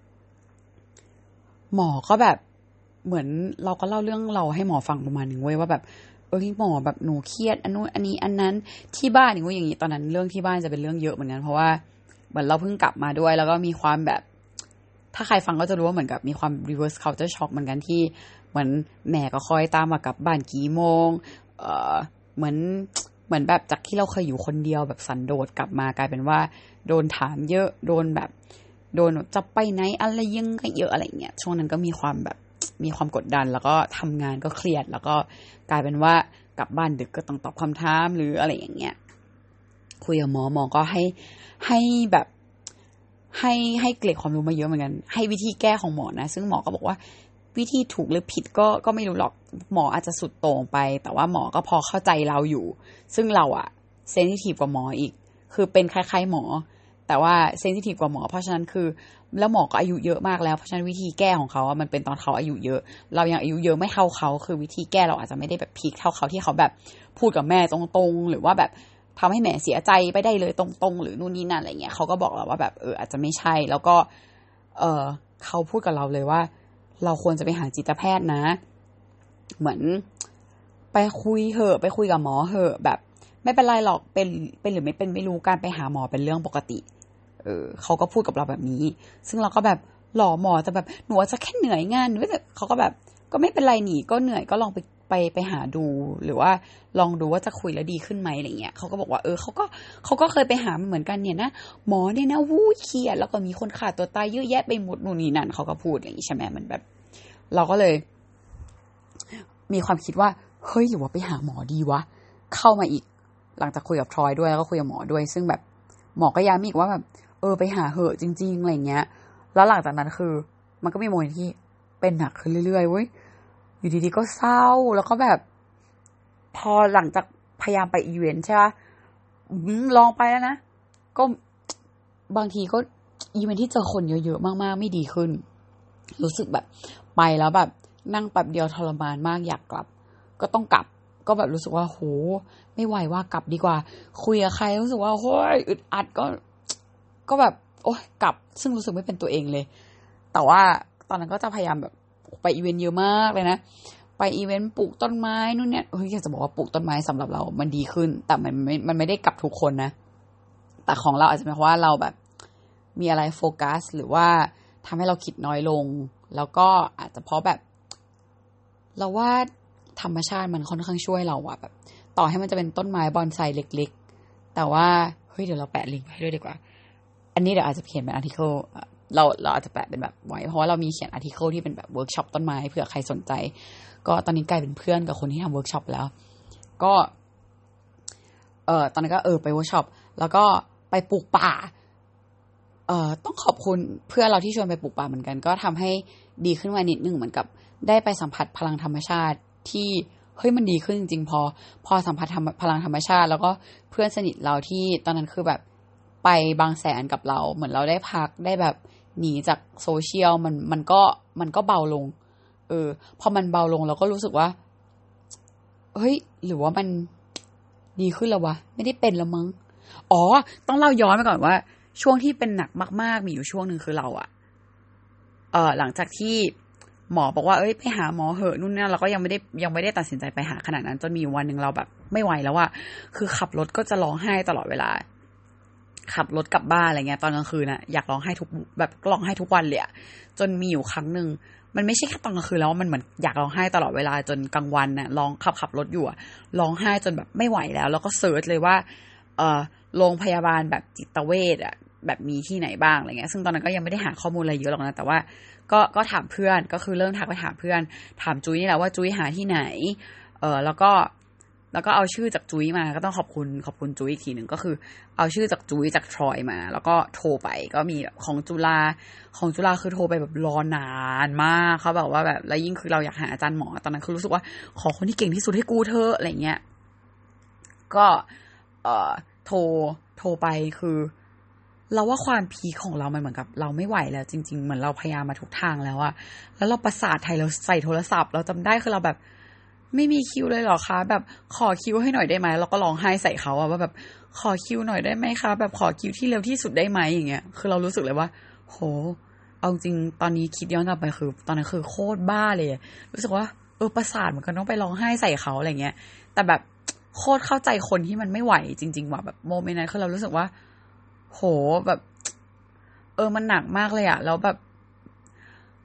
หมอก็แบบเหมือนเราก็เล่าเรื่องเราให้หมอฟังประมาณนึงเว้ยว่าแบบเออหมอแบบหนูเครียดอันนู้นอันนี้อันนั้นที่บ้านอย่างงู้นอย่างนี้ตอนนั้นเรื่องที่บ้านจะเป็นเรื่องเยอะเหมือนกันเพราะว่าเหมือนเราเพิ่งกลับมาด้วยแล้วก็มีความแบบถ้าใครฟังก็จะรู้ว่าเหมือนกับมีความ reverse culture shock เหมือนกันที่เหมือนแม่ก็คอยตามมากลับบ้านกี่โมงเอ่อเหมือนเหมือนแบบจากที่เราเคยอยู่คนเดียวแบบสันโดษกลับมากลายเป็นว่าโดนถามเยอะโดนแบบโดนจะไปไหนอะไรยังไงเยอะอะไรเงี้ยช่วงนั้นก็มีความแบบมีความกดดันแล้วก็ทำงานก็เครียดแล้วก็กลายเป็นว่ากลับบ้านดึกก็ต้องตอบคำถามหรืออะไรอย่างเงี้ยคุยกับหมอหมอก็ให้ให้แบบให้ให้เกร็ดความรู้มาเยอะเหมือนกันให้วิธีแก้ของหมอนะซึ่งหมอก็บอกว่าวิธีถูกหรือผิดก็ก็ไม่รู้หรอกหมออาจจะสุดโต่งไปแต่ว่าหมอก็พอเข้าใจเราอยู่ซึ่งเราอะเซนซิทีฟกว่าหมออีกคือเป็นคล้ายๆหมอแต่ว่าเซนซิทีฟกว่าหมอเพราะฉะนั้นคือแล้วหมอก็อายุเยอะมากแล้วเพราะฉะนั้นวิธีแก้ของเขาอะมันเป็นตอนเขาอายุเยอะเรายังอายุเยอะไม่เท่าเขาคือวิธีแก้เราอาจจะไม่ได้แบบพีคเท่าเขาที่เขาแบบพูดกับแม่ตรงๆหรือว่าแบบทำให้แม่เสียใจไปได้เลยตรงๆหรือนู่นนี่นั่นอะไรเงี้ยเขาก็บอกเราว่าแบบเอออาจจะไม่ใช่แล้วก็เออเขาพูดกับเราเลยว่าเราควรจะไปหาจิตแพทย์นะเหมือนไปคุยเหอะไปคุยกับหมอเหอะแบบไม่เป็นไรหรอกเป็นเป็นหรือไม่เป็นไม่รู้การไปหาหมอเป็นเรื่องปกติเออเขาก็พูดกับเราแบบนี้ซึ่งเราก็แบบหล่อหมอแต่แบบหนูอาจจะแค่เหนื่อยงานหนูแต่เขาก็แบบก็ไม่เป็นไรหนีก็เหนื่อยก็ลองไปไปไปหาดูหรือว่าลองดูว่าจะคุยแล้วดีขึ้นไหมอะไรเงี้ยเขาก็บอกว่าเออเขาก็เขาก็เคยไปหาเหมือนกันเนี่ยนะหมอเนี่ยนะวู้เครียดแล้วก็มีคนขาดตัวตายเยอะแยะไปหมดนู่นนี่นั่นเขาก็พูดอย่างนี้ใช่ไหมมันแบบเราก็เลยมีความคิดว่าเฮ้ยหรือว่าไปหาหมอดีวะเข้ามาอีกหลังจากคุยกับทรอยด้วยแล้วก็คุยกับหมอด้วยซึ่งแบบหมอก็ย้ำอีกว่าแบบเออไปหาเหอะจริงๆอะไรเงี้ยแล้วหลังจากนั้นคือมันก็มีโมเมนต์ที่เป็นหนักขึ้นเรื่อยๆเว้ยอยู่ดีๆก็เศร้าแล้วก็แบบพอหลังจากพยายามไปอีเวนต์ใช่ป่ะลองไปแล้วนะก็บางทีก็อีเวนต์ที่เจอคนเยอะๆมากๆไม่ดีขึ้นรู้สึกแบบไปแล้วแบบนั่งแป๊บเดียวทรมานมากอยากกลับก็ต้องกลับก็แบบรู้สึกว่าโหไม่ไหวว่ากลับดีกว่าคุยกับใครรู้สึกว่าโอ้ยอึดอัดก็ก็แบบโอ๊ยกลับซึ่งรู้สึกไม่เป็นตัวเองเลยแต่ว่าตอนนั้นก็จะพยายามแบบไปอีเวนต์เยอะมากเลยนะไปอีเวนต์ปลูกต้นไม้นู่นเนี่ยเฮ้ยอยากจะบอกว่าปลูกต้นไม้สำหรับเรามันดีขึ้นแต่มันไม่มันไม่ได้กับทุกคนนะแต่ของเราอาจจะเป็นเพราะว่าเราแบบมีอะไรโฟกัสหรือว่าทำให้เราคิดน้อยลงแล้วก็อาจจะเพราะแบบเราว่าธรรมชาติมันค่อนข้างช่วยเราอะแบบต่อให้มันจะเป็นต้นไม้บอนไซเล็กๆแต่ว่าเฮ้ยเดี๋ยวเราแปะลิงก์ให้ด้วยดีกว่าอันนี้เดี๋ยวอาจจะเขียนเป็นอาร์ติเคิลเราเราอาจจะแปะเป็นแบบไว้เพราะว่าเรามีเขียนอาร์ติเคิลที่เป็นแบบเวิร์กช็อปต้นไม้เผื่อใครสนใจก็ตอนนี้กลายเป็นเพื่อนกับคนที่ทำเวิร์กช็อปแล้วก็เอ่อตอนนั้นก็เออไปเวิร์กช็อปแล้วก็ไปปลูกป่าเอ่อต้องขอบคุณเพื่อนเราที่ชวนไปปลูกป่าเหมือนกันก็ทำให้ดีขึ้นมานิดนึงเหมือนกับได้ไปสัมผัสพลังธรรมชาติที่เฮ้ยมันดีขึ้นจริงๆพอพอสัมผัสพลังธรรมชาติแล้วก็เพื่อนสนิทเราที่ตอนนั้นคือแบบไปบางแสนกับเราเหมือนเราได้พักได้แบบหนีจากโซเชียลมันมันก็มันก็เบาลงเออพอมันเบาลงเราก็รู้สึกว่าเฮ้ยหรือว่ามันดีขึ้นแล้ววะไม่ได้เป็นแล้วมั้งอ๋อต้องเล่าย้อนไปก่อนว่าช่วงที่เป็นหนักมากๆมีอยู่ช่วงนึงคือเราอะเออหลังจากที่หมอบอกว่าเอ้ยไปหาหมอเหอะนู่นนี่เราก็ยังไม่ได้ยังไม่ได้ตัดสินใจไปหาขนาดนั้นจนมีวันนึงเราแบบไม่ไหวแล้วอะคือขับรถก็จะร้องไห้ตลอดเวลาขับรถกลับบ้านอะไรเงี้ยตอนกลางคืนน่ะอยากร้องไห้ทุกแบบร้องไห้ทุกวันเลยอะจนมีอยู่ครั้งนึงมันไม่ใช่แค่ตอนกลางคืนแล้วมันเหมือนอยากร้องไห้ตลอดเวลาจนกลางวันน่ะร้องขับขับรถอยู่อะร้องไห้จนแบบไม่ไหวแล้วแล้วก็เสิร์ชเลยว่าเอ่อโรงพยาบาลแบบจิตเวชอะแบบมีที่ไหนบ้างอะไรเงี้ยซึ่งตอนนั้นก็ยังไม่ได้หาข้อมูลอะไรเยอะหรอกนะแต่ว่าก็ก็ถามเพื่อนก็คือเริ่มทักไปถามเพื่อนถามจุ้ยนี่แหละว่าจุ้ยหาที่ไหนเออแล้วก็แล้วก็เอาชื่อจากจุ้ยมาก็ต้องขอบคุณขอบคุณจุ้ยอีกทีหนึ่งก็คือเอาชื่อจากจุ้ยจากทรอยมาแล้วก็โทรไปก็มีแบบของจุฬาของจุฬาคือโทรไปแบบรอนานมากเขาแบบว่าแบบแล้วยิ่งคือเราอยากหาอาจารย์หมอตอนนั้นคือรู้สึกว่าขอคนที่เก่งที่สุดให้กูเธออะไรเงี้ยก็เอ่อโทรโทรไปคือเราว่าความพีคของเรามันเหมือนกับเราไม่ไหวแล้วจริงๆเหมือนเราพยายามมาทุกทางแล้วอะแล้วเราประสาทไทยเราใส่โทรศัพท์เราจำได้คือเราแบบไม่มีคิวเลยเหรอคะแบบขอคิวให้หน่อยได้ไหมเราก็ร้องไห้ใส่เขาอะว่าแบบขอคิวหน่อยได้ไหมคะแบบขอคิวที่เร็วที่สุดได้ไหมอย่างเงี้ยคือเรารู้สึกเลยว่าโหเอาจริงตอนนี้คิดย้อนกลับไปคือตอนนั้นคือโคตรบ้าเลยรู้สึกว่าเออประสาทเหมือนกันต้องไปร้องไห้ใส่เขาอะไรเงี้ยแต่แบบโคตรเข้าใจคนที่มันไม่ไหวจริงๆว่ะแบบโมเมนต์นั้นคือเรารู้สึกว่าโหแบบเออมันหนักมากเลยอะแล้วแบบ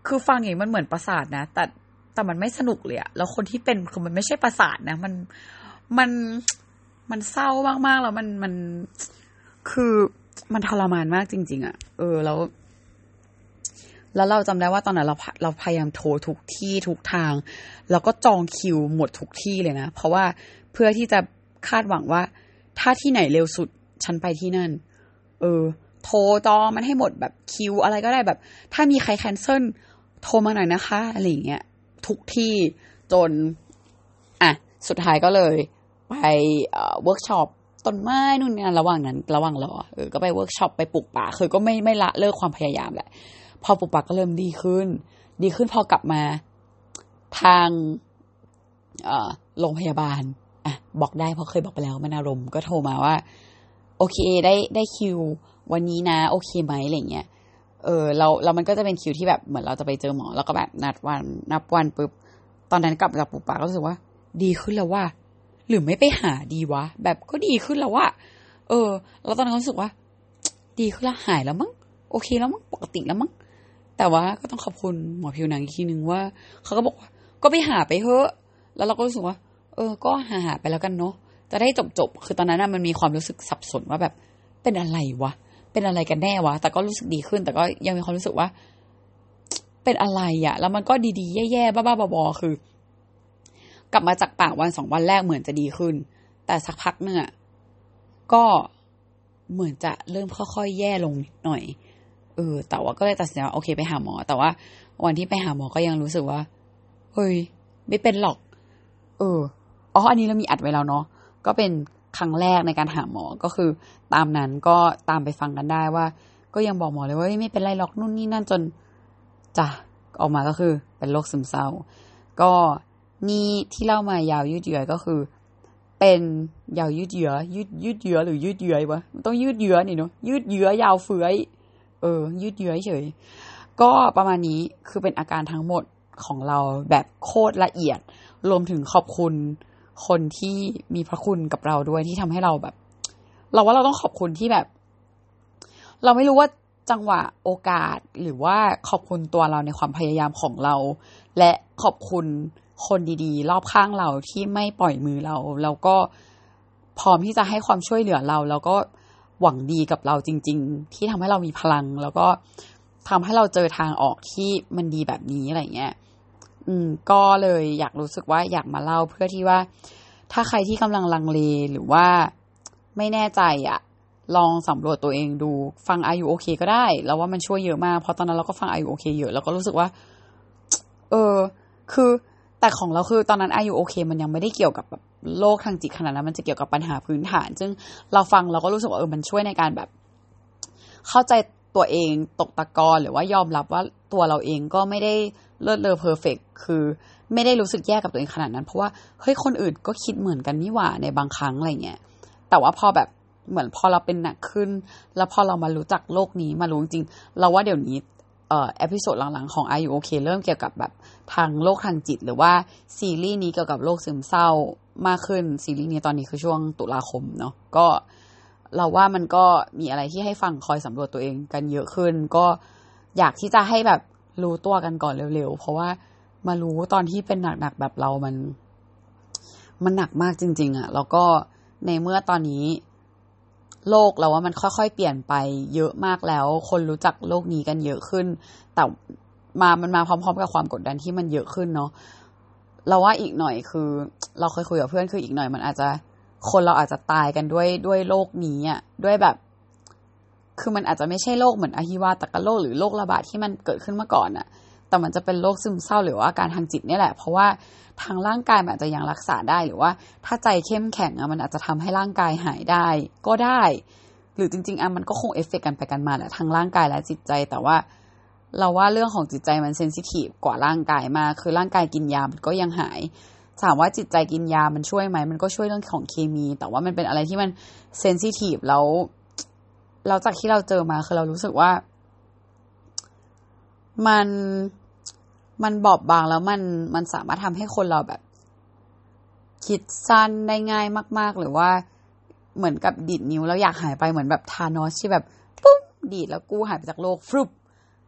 คือฟังอย่างมันเหมือนประสาทนะแต่แต่มันไม่สนุกเลยอะแล้วคนที่เป็นคือมันไม่ใช่ประสาทนะมันมันมันเศร้ามากๆแล้วมันมันคือมันทรมานมากจริงๆอะเออแล้วแล้วเราจำได้ว่าตอนนั้นเราเราพยายามโทรทุกที่ทุกทางแล้วก็จองคิวหมดทุกที่เลยนะเพราะว่าเพื่อที่จะคาดหวังว่าถ้าที่ไหนเร็วสุดฉันไปที่นั่นเออโทรจองมันให้หมดแบบคิวอะไรก็ได้แบบถ้ามีใครแคนเซิลโทรมาหน่อยนะคะอะไรอย่างเงี้ยทุกที่จนอ่ะสุดท้ายก็เลยไปเอ่อเวิร์กช็อปต้นไม้นู่นนี่ระหว่างนั้นระหว่างรอเออก็ไปเวิร์กช็อปไปปลูกป่าคือก็ไม่ไม่ละเลิกความพยายามแหละพอปลูกป่าก็เริ่มดีขึ้นดีขึ้นพอกลับมาทางเอ่อโรงพยาบาลอ่ะบอกได้เพราะเคยบอกไปแล้วมันอารมณ์ก็โทรมาว่าโอเคได้ได้คิววันนี้นะโอเคไหมอะไรเงี้ยเออเราเรามันก็จะเป็นคิวที่แบบเหมือนเราจะไปเจอหมอแล้วก็แบบนัดวันนับวันปุ๊บตอนนั้นกลับจากปลูกป่าก็รู้สึกว่าดีขึ้นแล้วว่าหรือไม่ไปหาดีวะแบบก็ดีขึ้นแล้วว่าเออแล้วตอนนั้นก็รู้สึกว่าดีขึ้นแล้วหายแล้วมั้งโอเคแล้วมั้งปกติแล้วมั้งแต่ว่าก็ต้องขอบคุณหมอผิวหนังอีกทีนึงว่าเขาก็บอกว่าก็ไปหาไปเถอะแล้วเราก็รู้สึกว่าเออก็หาหาไปแล้วกันเนาะจะได้จบๆคือตอนนั้นมันมีความรู้สึกสับสนว่าแบบเป็นอะไรวะเป็นอะไรกันแน่วะแต่ก็รู้สึกดีขึ้นแต่ก็ยังมีความรู้สึกว่าเป็นอะไรอะแล้วมันก็ดีๆแย่ๆบ้าๆบอๆคือกลับมาจากป่าวันสองวันแรกเหมือนจะดีขึ้นแต่สักพักนึงอะก็เหมือนจะเริ่มค่อยๆแย่ลงนิดหน่อยเออแต่ว่าก็เลยตัดสินใจว่าโอเคไปหาหมอแต่ว่าวันที่ไปหาหมอก็ยังรู้สึกว่าเฮ้ยไม่เป็นหรอกเอออ๋ออันนี้เรามีอัดไว้แล้วเนาะก็เป็นครั้งแรกในการหาหมอก็คือตามนั้นก็ตามไปฟังกันได้ว่าก็ยังบอกหมอเลยว่าไม่เป็นไรหรอกนู่นนี่นั่นจนจ้ะออกมาก็คือเป็นโรคซึมเศร้าก็นี่ที่เล่ามายาวยืดเยื้อก็คือเป็นยาวยืดเยื้อยืดยืดเยื้อหรือยืดเยื้อวะต้องยืดเยื้อนี่เนาะยืดเยื้อยาวเฟื้อยเออยืดเยื้อเฉยก็ประมาณนี้คือเป็นอาการทั้งหมดของเราแบบโคตรละเอียดรวมถึงขอบคุณคนที่มีพระคุณกับเราด้วยที่ทำให้เราแบบเราว่าเราต้องขอบคุณที่แบบเราไม่รู้ว่าจังหวะโอกาสหรือว่าขอบคุณตัวเราในความพยายามของเราและขอบคุณคนดีๆรอบข้างเราที่ไม่ปล่อยมือเราแล้วก็พร้อมที่จะให้ความช่วยเหลือเราแล้วก็หวังดีกับเราจริงๆที่ทำให้เรามีพลังแล้วก็ทำให้เราเจอทางออกที่มันดีแบบนี้อะไรเงี้ยอืมก็เลยอยากรู้สึกว่าอยากมาเล่าเพื่อที่ว่าถ้าใครที่กำลังลังเลหรือว่าไม่แน่ใจอ่ะลองสำรวจตัวเองดูฟัง Are You OK ก็ได้แล้วว่ามันช่วยเยอะมากเพราะตอนนั้นเราก็ฟัง Are You OK เยอะแล้วก็รู้สึกว่าเออคือแต่ของเราคือตอนนั้น Are You OK มันยังไม่ได้เกี่ยวกับแบบโรคทางจิตขนาดนั้นมันจะเกี่ยวกับปัญหาพื้นฐานซึ่งเราฟังเราก็รู้สึกว่าเออมันช่วยในการแบบเข้าใจตัวเองตกตะกอนหรือว่ายอมรับว่าตัวเราเองก็ไม่ได้เลิศเลอเพอร์เฟกต์คือไม่ได้รู้สึกแย่กับตัวเองขนาดนั้นเพราะว่าเฮ้ยคนอื่นก็คิดเหมือนกันนี่หว่าในบางครั้งอะไรเงี้ยแต่ว่าพอแบบเหมือนพอเราเป็นหนักขึ้นแล้วพอเรามารู้จักโลกนี้มารู้จริงๆเราว่าเดี๋ยวนี้เอ่อเอพิโซดหลังๆของ Are You OK เริ่มเกี่ยวกับแบบทางโลกทางจิตหรือว่าซีรีส์นี้เกี่ยวกับโรคซึมเศร้ามากขึ้นซีรีส์นี้ตอนนี้คือช่วงตุลาคมเนาะก็เราว่ามันก็มีอะไรที่ให้ฟังคอยสำรวจตัวเองกันเยอะขึ้นก็อยากที่จะให้แบบรู้ตัวกันก่อนเร็วๆเพราะว่ามารู้ตอนที่เป็นหนักๆแบบเรามันมันหนักมากจริงๆอะแล้วก็ในเมื่อตอนนี้โลกเราว่ามันค่อยๆเปลี่ยนไปเยอะมากแล้วคนรู้จักโลกนี้กันเยอะขึ้นแต่มามันมาพร้อมๆกับความกดดันที่มันเยอะขึ้นเนาะเราว่าอีกหน่อยคือเราเคยคุยกับเพื่อนคืออีกหน่อยมันอาจจะคนเราอาจจะตายกันด้วยด้วยโรคนี้อ่ะด้วยแบบคือมันอาจจะไม่ใช่โรคเหมือนอหิวาตกโรคหรือโรคระบาดที่มันเกิดขึ้นมาก่อนอ่ะแต่มันจะเป็นโรคซึมเศร้าหรือว่าอาการทางจิตนี่แหละเพราะว่าทางร่างกายมันอาจจะยังรักษาได้หรือว่าถ้าใจเข้มแข็งอ่ะมันอาจจะทำให้ร่างกายหายได้ก็ได้หรือจริงๆอ่ะมันก็คงเอฟเฟกต์กันไปกันมาแหละทั้งร่างกายและจิตใจแต่ว่าเราว่าเรื่องของจิตใจมันเซนซิทีฟกว่าร่างกายมากคือร่างกายกินยามันก็ยังหายถามว่าจิตใจกินยามันช่วยไหมมันก็ช่วยเรื่องของเคมีแต่ว่ามันเป็นอะไรที่มันเซนซิทีฟแล้วเราจากที่เราเจอมาคือเรารู้สึกว่ามันมันบอบบางแล้วมันมันสามารถทำให้คนเราแบบคิดสั้นได้ง่ายมากๆหรือว่าเหมือนกับดีดนิ้วแล้วอยากหายไปเหมือนแบบธานอสที่แบบปุ๊บดีดแล้วกูหายไปจากโลกฟลุป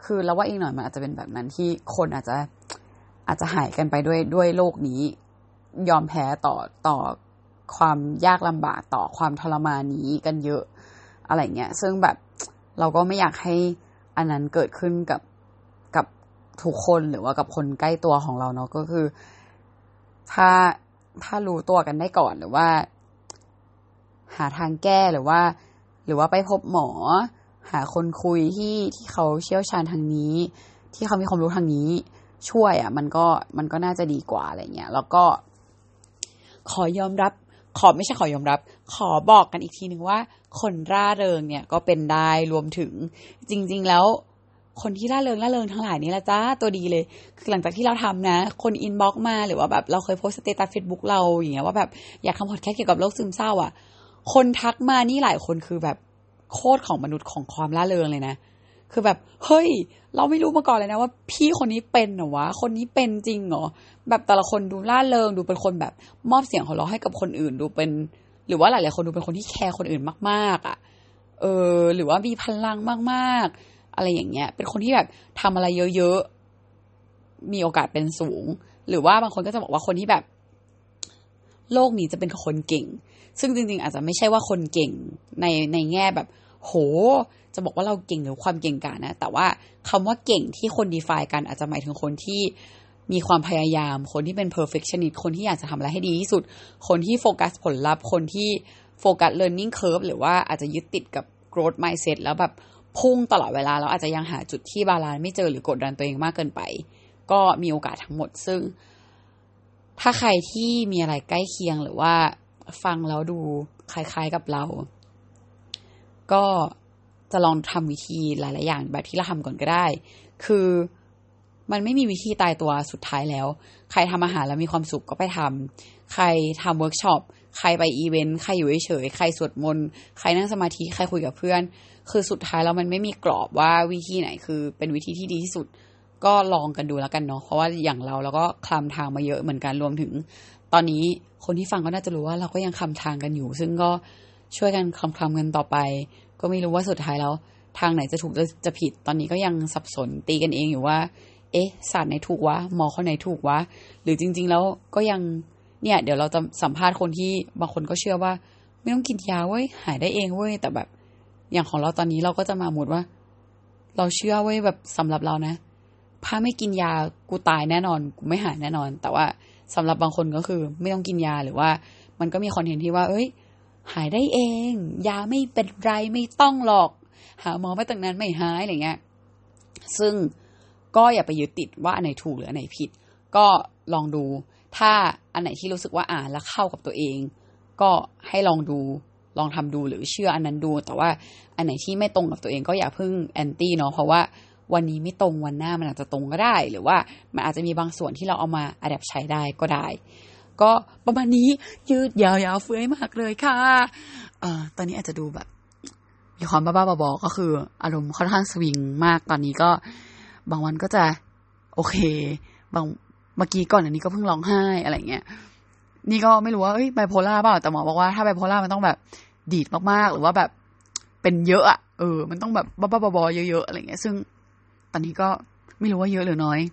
คือแล้วว่าอีกหน่อยมันอาจจะเป็นแบบนั้นที่คนอาจจะอาจจะหายกันไปด้วยด้วยโลกนี้ยอมแพ้ต่อต่อความยากลำบากต่อความทรมานนี้กันเยอะอะไรเงี้ยซึ่งแบบเราก็ไม่อยากให้อันนั้นเกิดขึ้นกับกับทุกคนหรือว่ากับคนใกล้ตัวของเราเนาะก็คือถ้าถ้ารู้ตัวกันได้ก่อนหรือว่าหาทางแก้หรือว่าหรือว่าไปพบหมอหาคนคุยที่ที่เขาเชี่ยวชาญทางนี้ที่เขามีความรู้ทางนี้ช่วยอ่ะมันก็มันก็น่าจะดีกว่าอะไรเงี้ยแล้วก็ขอยอมรับขอไม่ใช่ขอยอมรับขอบอกกันอีกทีนึงว่าคนร่าเริงเนี่ยก็เป็นได้รวมถึงจริงๆแล้วคนที่ร่าเริงร่าเริงทั้งหลายนี่แหละจ้าตัวดีเลยคือหลังจากที่เราทำนะคนอินบ็อกซ์มาหรือว่าแบบเราเคยโพสต์สเตตัส Facebook เราอย่างเงี้ยว่าแบบอยากทำพอดแคสต์เกี่ยวกับโรคซึมเศร้าอ่ะคนทักมานี่หลายคนคือแบบโคตรของมนุษย์ของความร่าเริงเลยนะคือแบบเฮ้ยเราไม่รู้มาก่อนเลยนะว่าพี่คนนี้เป็นเหรอวะคนนี้เป็นจริงเหรอแบบแต่ละคนดูร่าเริงดูเป็นคนแบบมอบเสียงของเราให้กับคนอื่นดูเป็นหรือว่าหลายๆคนดูเป็นคนที่แคร์คนอื่นมากๆอ่ะเออหรือว่ามีพลังมากๆอะไรอย่างเงี้ยเป็นคนที่แบบทำอะไรเยอะๆมีโอกาสเป็นสูงหรือว่าบางคนก็จะบอกว่าคนที่แบบโลกนี้จะเป็นคนเก่งซึ่งจริงๆอาจจะไม่ใช่ว่าคนเก่งในในแง่แบบโหจะบอกว่าเราเก่งหรือความเก่งกาจนะแต่ว่าคำว่าเก่งที่คน define กันอาจจะหมายถึงคนที่มีความพยายามคนที่เป็น perfectionist คนที่อยากจะทำอะไรให้ดีที่สุดคนที่โฟกัสผลลัพธ์คนที่โฟกัส learning curve หรือว่าอาจจะยึดติดกับ growth mindset แล้วแบบพุ่งตลอดเวลาแล้วอาจจะยังหาจุดที่บาลานซ์ไม่เจอหรือกดดันตัวเองมากเกินไปก็มีโอกาสทั้งหมดซึ่งถ้าใครที่มีอะไรใกล้เคียงหรือว่าฟังแล้วดูคล้ายๆกับเราก็จะลองทำวิธีหลายๆอย่างแบบที่เราทำก่อนก็ได้คือมันไม่มีวิธีตายตัวสุดท้ายแล้วใครทำอาหารแล้วมีความสุขก็ไปทำใครทำเวิร์กช็อปใครไปอีเวนต์ใครอยู่เฉยๆใครสวดมนต์ใครนั่งสมาธิใครคุยกับเพื่อนคือสุดท้ายแล้วมันไม่มีกรอบว่าวิธีไหนคือเป็นวิธีที่ดีที่สุดก็ลองกันดูแล้วกันเนาะเพราะว่าอย่างเราเราก็คลำทางมาเยอะเหมือนกันรวมถึงตอนนี้คนที่ฟังก็น่าจะรู้ว่าเราก็ยังคลำทางกันอยู่ซึ่งก็ช่วยกันคลำคลำกันต่อไปก็ไม่รู้ว่าสุดท้ายแล้วทางไหนจะถูกจะจะผิดตอนนี้ก็ยังสับสนตีกันเองอยู่ว่าเอ๊ะศาสตร์ไหนถูกวะหมอคนไหนถูกวะหรือจริงๆแล้วก็ยังเนี่ยเดี๋ยวเราจะสัมภาษณ์คนที่บางคนก็เชื่อว่าไม่ต้องกินยาเว้ยหายได้เองเว้ยแต่แบบอย่างของเราตอนนี้เราก็จะมาหมดว่าเราเชื่อเว้ยแบบสำหรับเรานะถ้าไม่กินยากูตายแน่นอนกูไม่หายแน่นอนแต่ว่าสำหรับบางคนก็คือไม่ต้องกินยาหรือว่ามันก็มีคอนเทนต์ที่ว่าเอ้ยหายได้เองยาไม่เป็นไรไม่ต้องหรอกหาหมอไม่ตั้งนานไม่หายอะไรเงี้ยซึ่งก็อย่าไปยึดติดว่าอันไหนถูกหรืออันไหนผิดก็ลองดูถ้าอันไหนที่รู้สึกว่าอ่านแล้วเข้ากับตัวเองก็ให้ลองดูลองทำดูหรือเชื่ออันนั้นดูแต่ว่าอันไหนที่ไม่ตรงกับตัวเองก็อย่าเพิ่งแอนตี้เนาะเพราะว่าวันนี้ไม่ตรงวันหน้ามันอาจจะตรงก็ได้หรือว่ามันอาจจะมีบางส่วนที่เราเอามาอะแดปใช้ได้ก็ได้ก็ประมาณนี้ยืดยาวๆเฟื้อยมากเลยค่ะเอ่อตอนนี้อาจจะดูแบบมีความบ้าๆบอๆก็คืออารมณ์ค่อนข้างสวิงมากตอนนี้ก็บางวันก็จะโอเคบางเมื่อกี้ก่อนอันนี้ก็เพิ่งร้องไห้อะไรเงี้ยนี่ก็ไม่รู้ว่าเอ้ยไบโพล่าเปล่าแต่หมอบอกว่าถ้าไบโพล่ามันต้องแบบดีดมากๆหรือว่าแบบเป็นเยอะอ่ะเออมันต้องแบบบ้าๆบอๆเยอะๆอะไรเงี้ยซึ่งตอนนี้ก็ไม่รู้ว่าเยอะหรือน้อย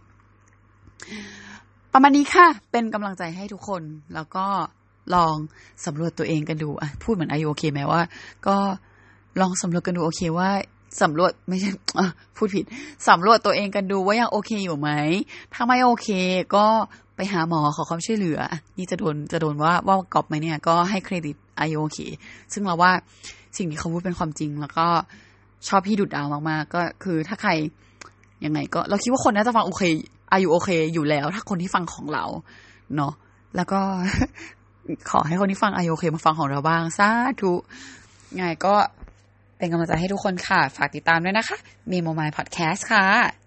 ประมาณนี้ค่ะเป็นกำลังใจให้ทุกคนแล้วก็ลองสำรวจตัวเองกันดูอ่ะพูดเหมือนอายุโอเคไหมว่าก็ลองสำรวจกันดูโอเคว่าสำรวจไม่ใช่พูดผิดสำรวจตัวเองกันดูว่ายังโอเคอยู่ไหมถ้าไม่โอเคก็ไปหาหมอขอความช่วยเหลือนี่จะโดนจะโดนว่าว่ากอบไหมเนี่ยก็ให้เครดิตอายุโอเคซึ่งเราว่าสิ่งที่เขาพูดเป็นความจริงแล้วก็ชอบพี่ดุดดาวมากๆก็คือถ้าใครยังไงก็เราคิดว่าคนน่าจะฟังโอเคอายุโอเคอยู่แล้วถ้าคนที่ฟังของเราเนาะแล้วก็ ขอให้คนที่ฟังอายุโอเคมาฟังของเราบ้างสาธุไงก็เป็นกำลังใจให้ทุกคนค่ะฝากติดตามด้วยนะคะ Memo My Podcast ค่ะ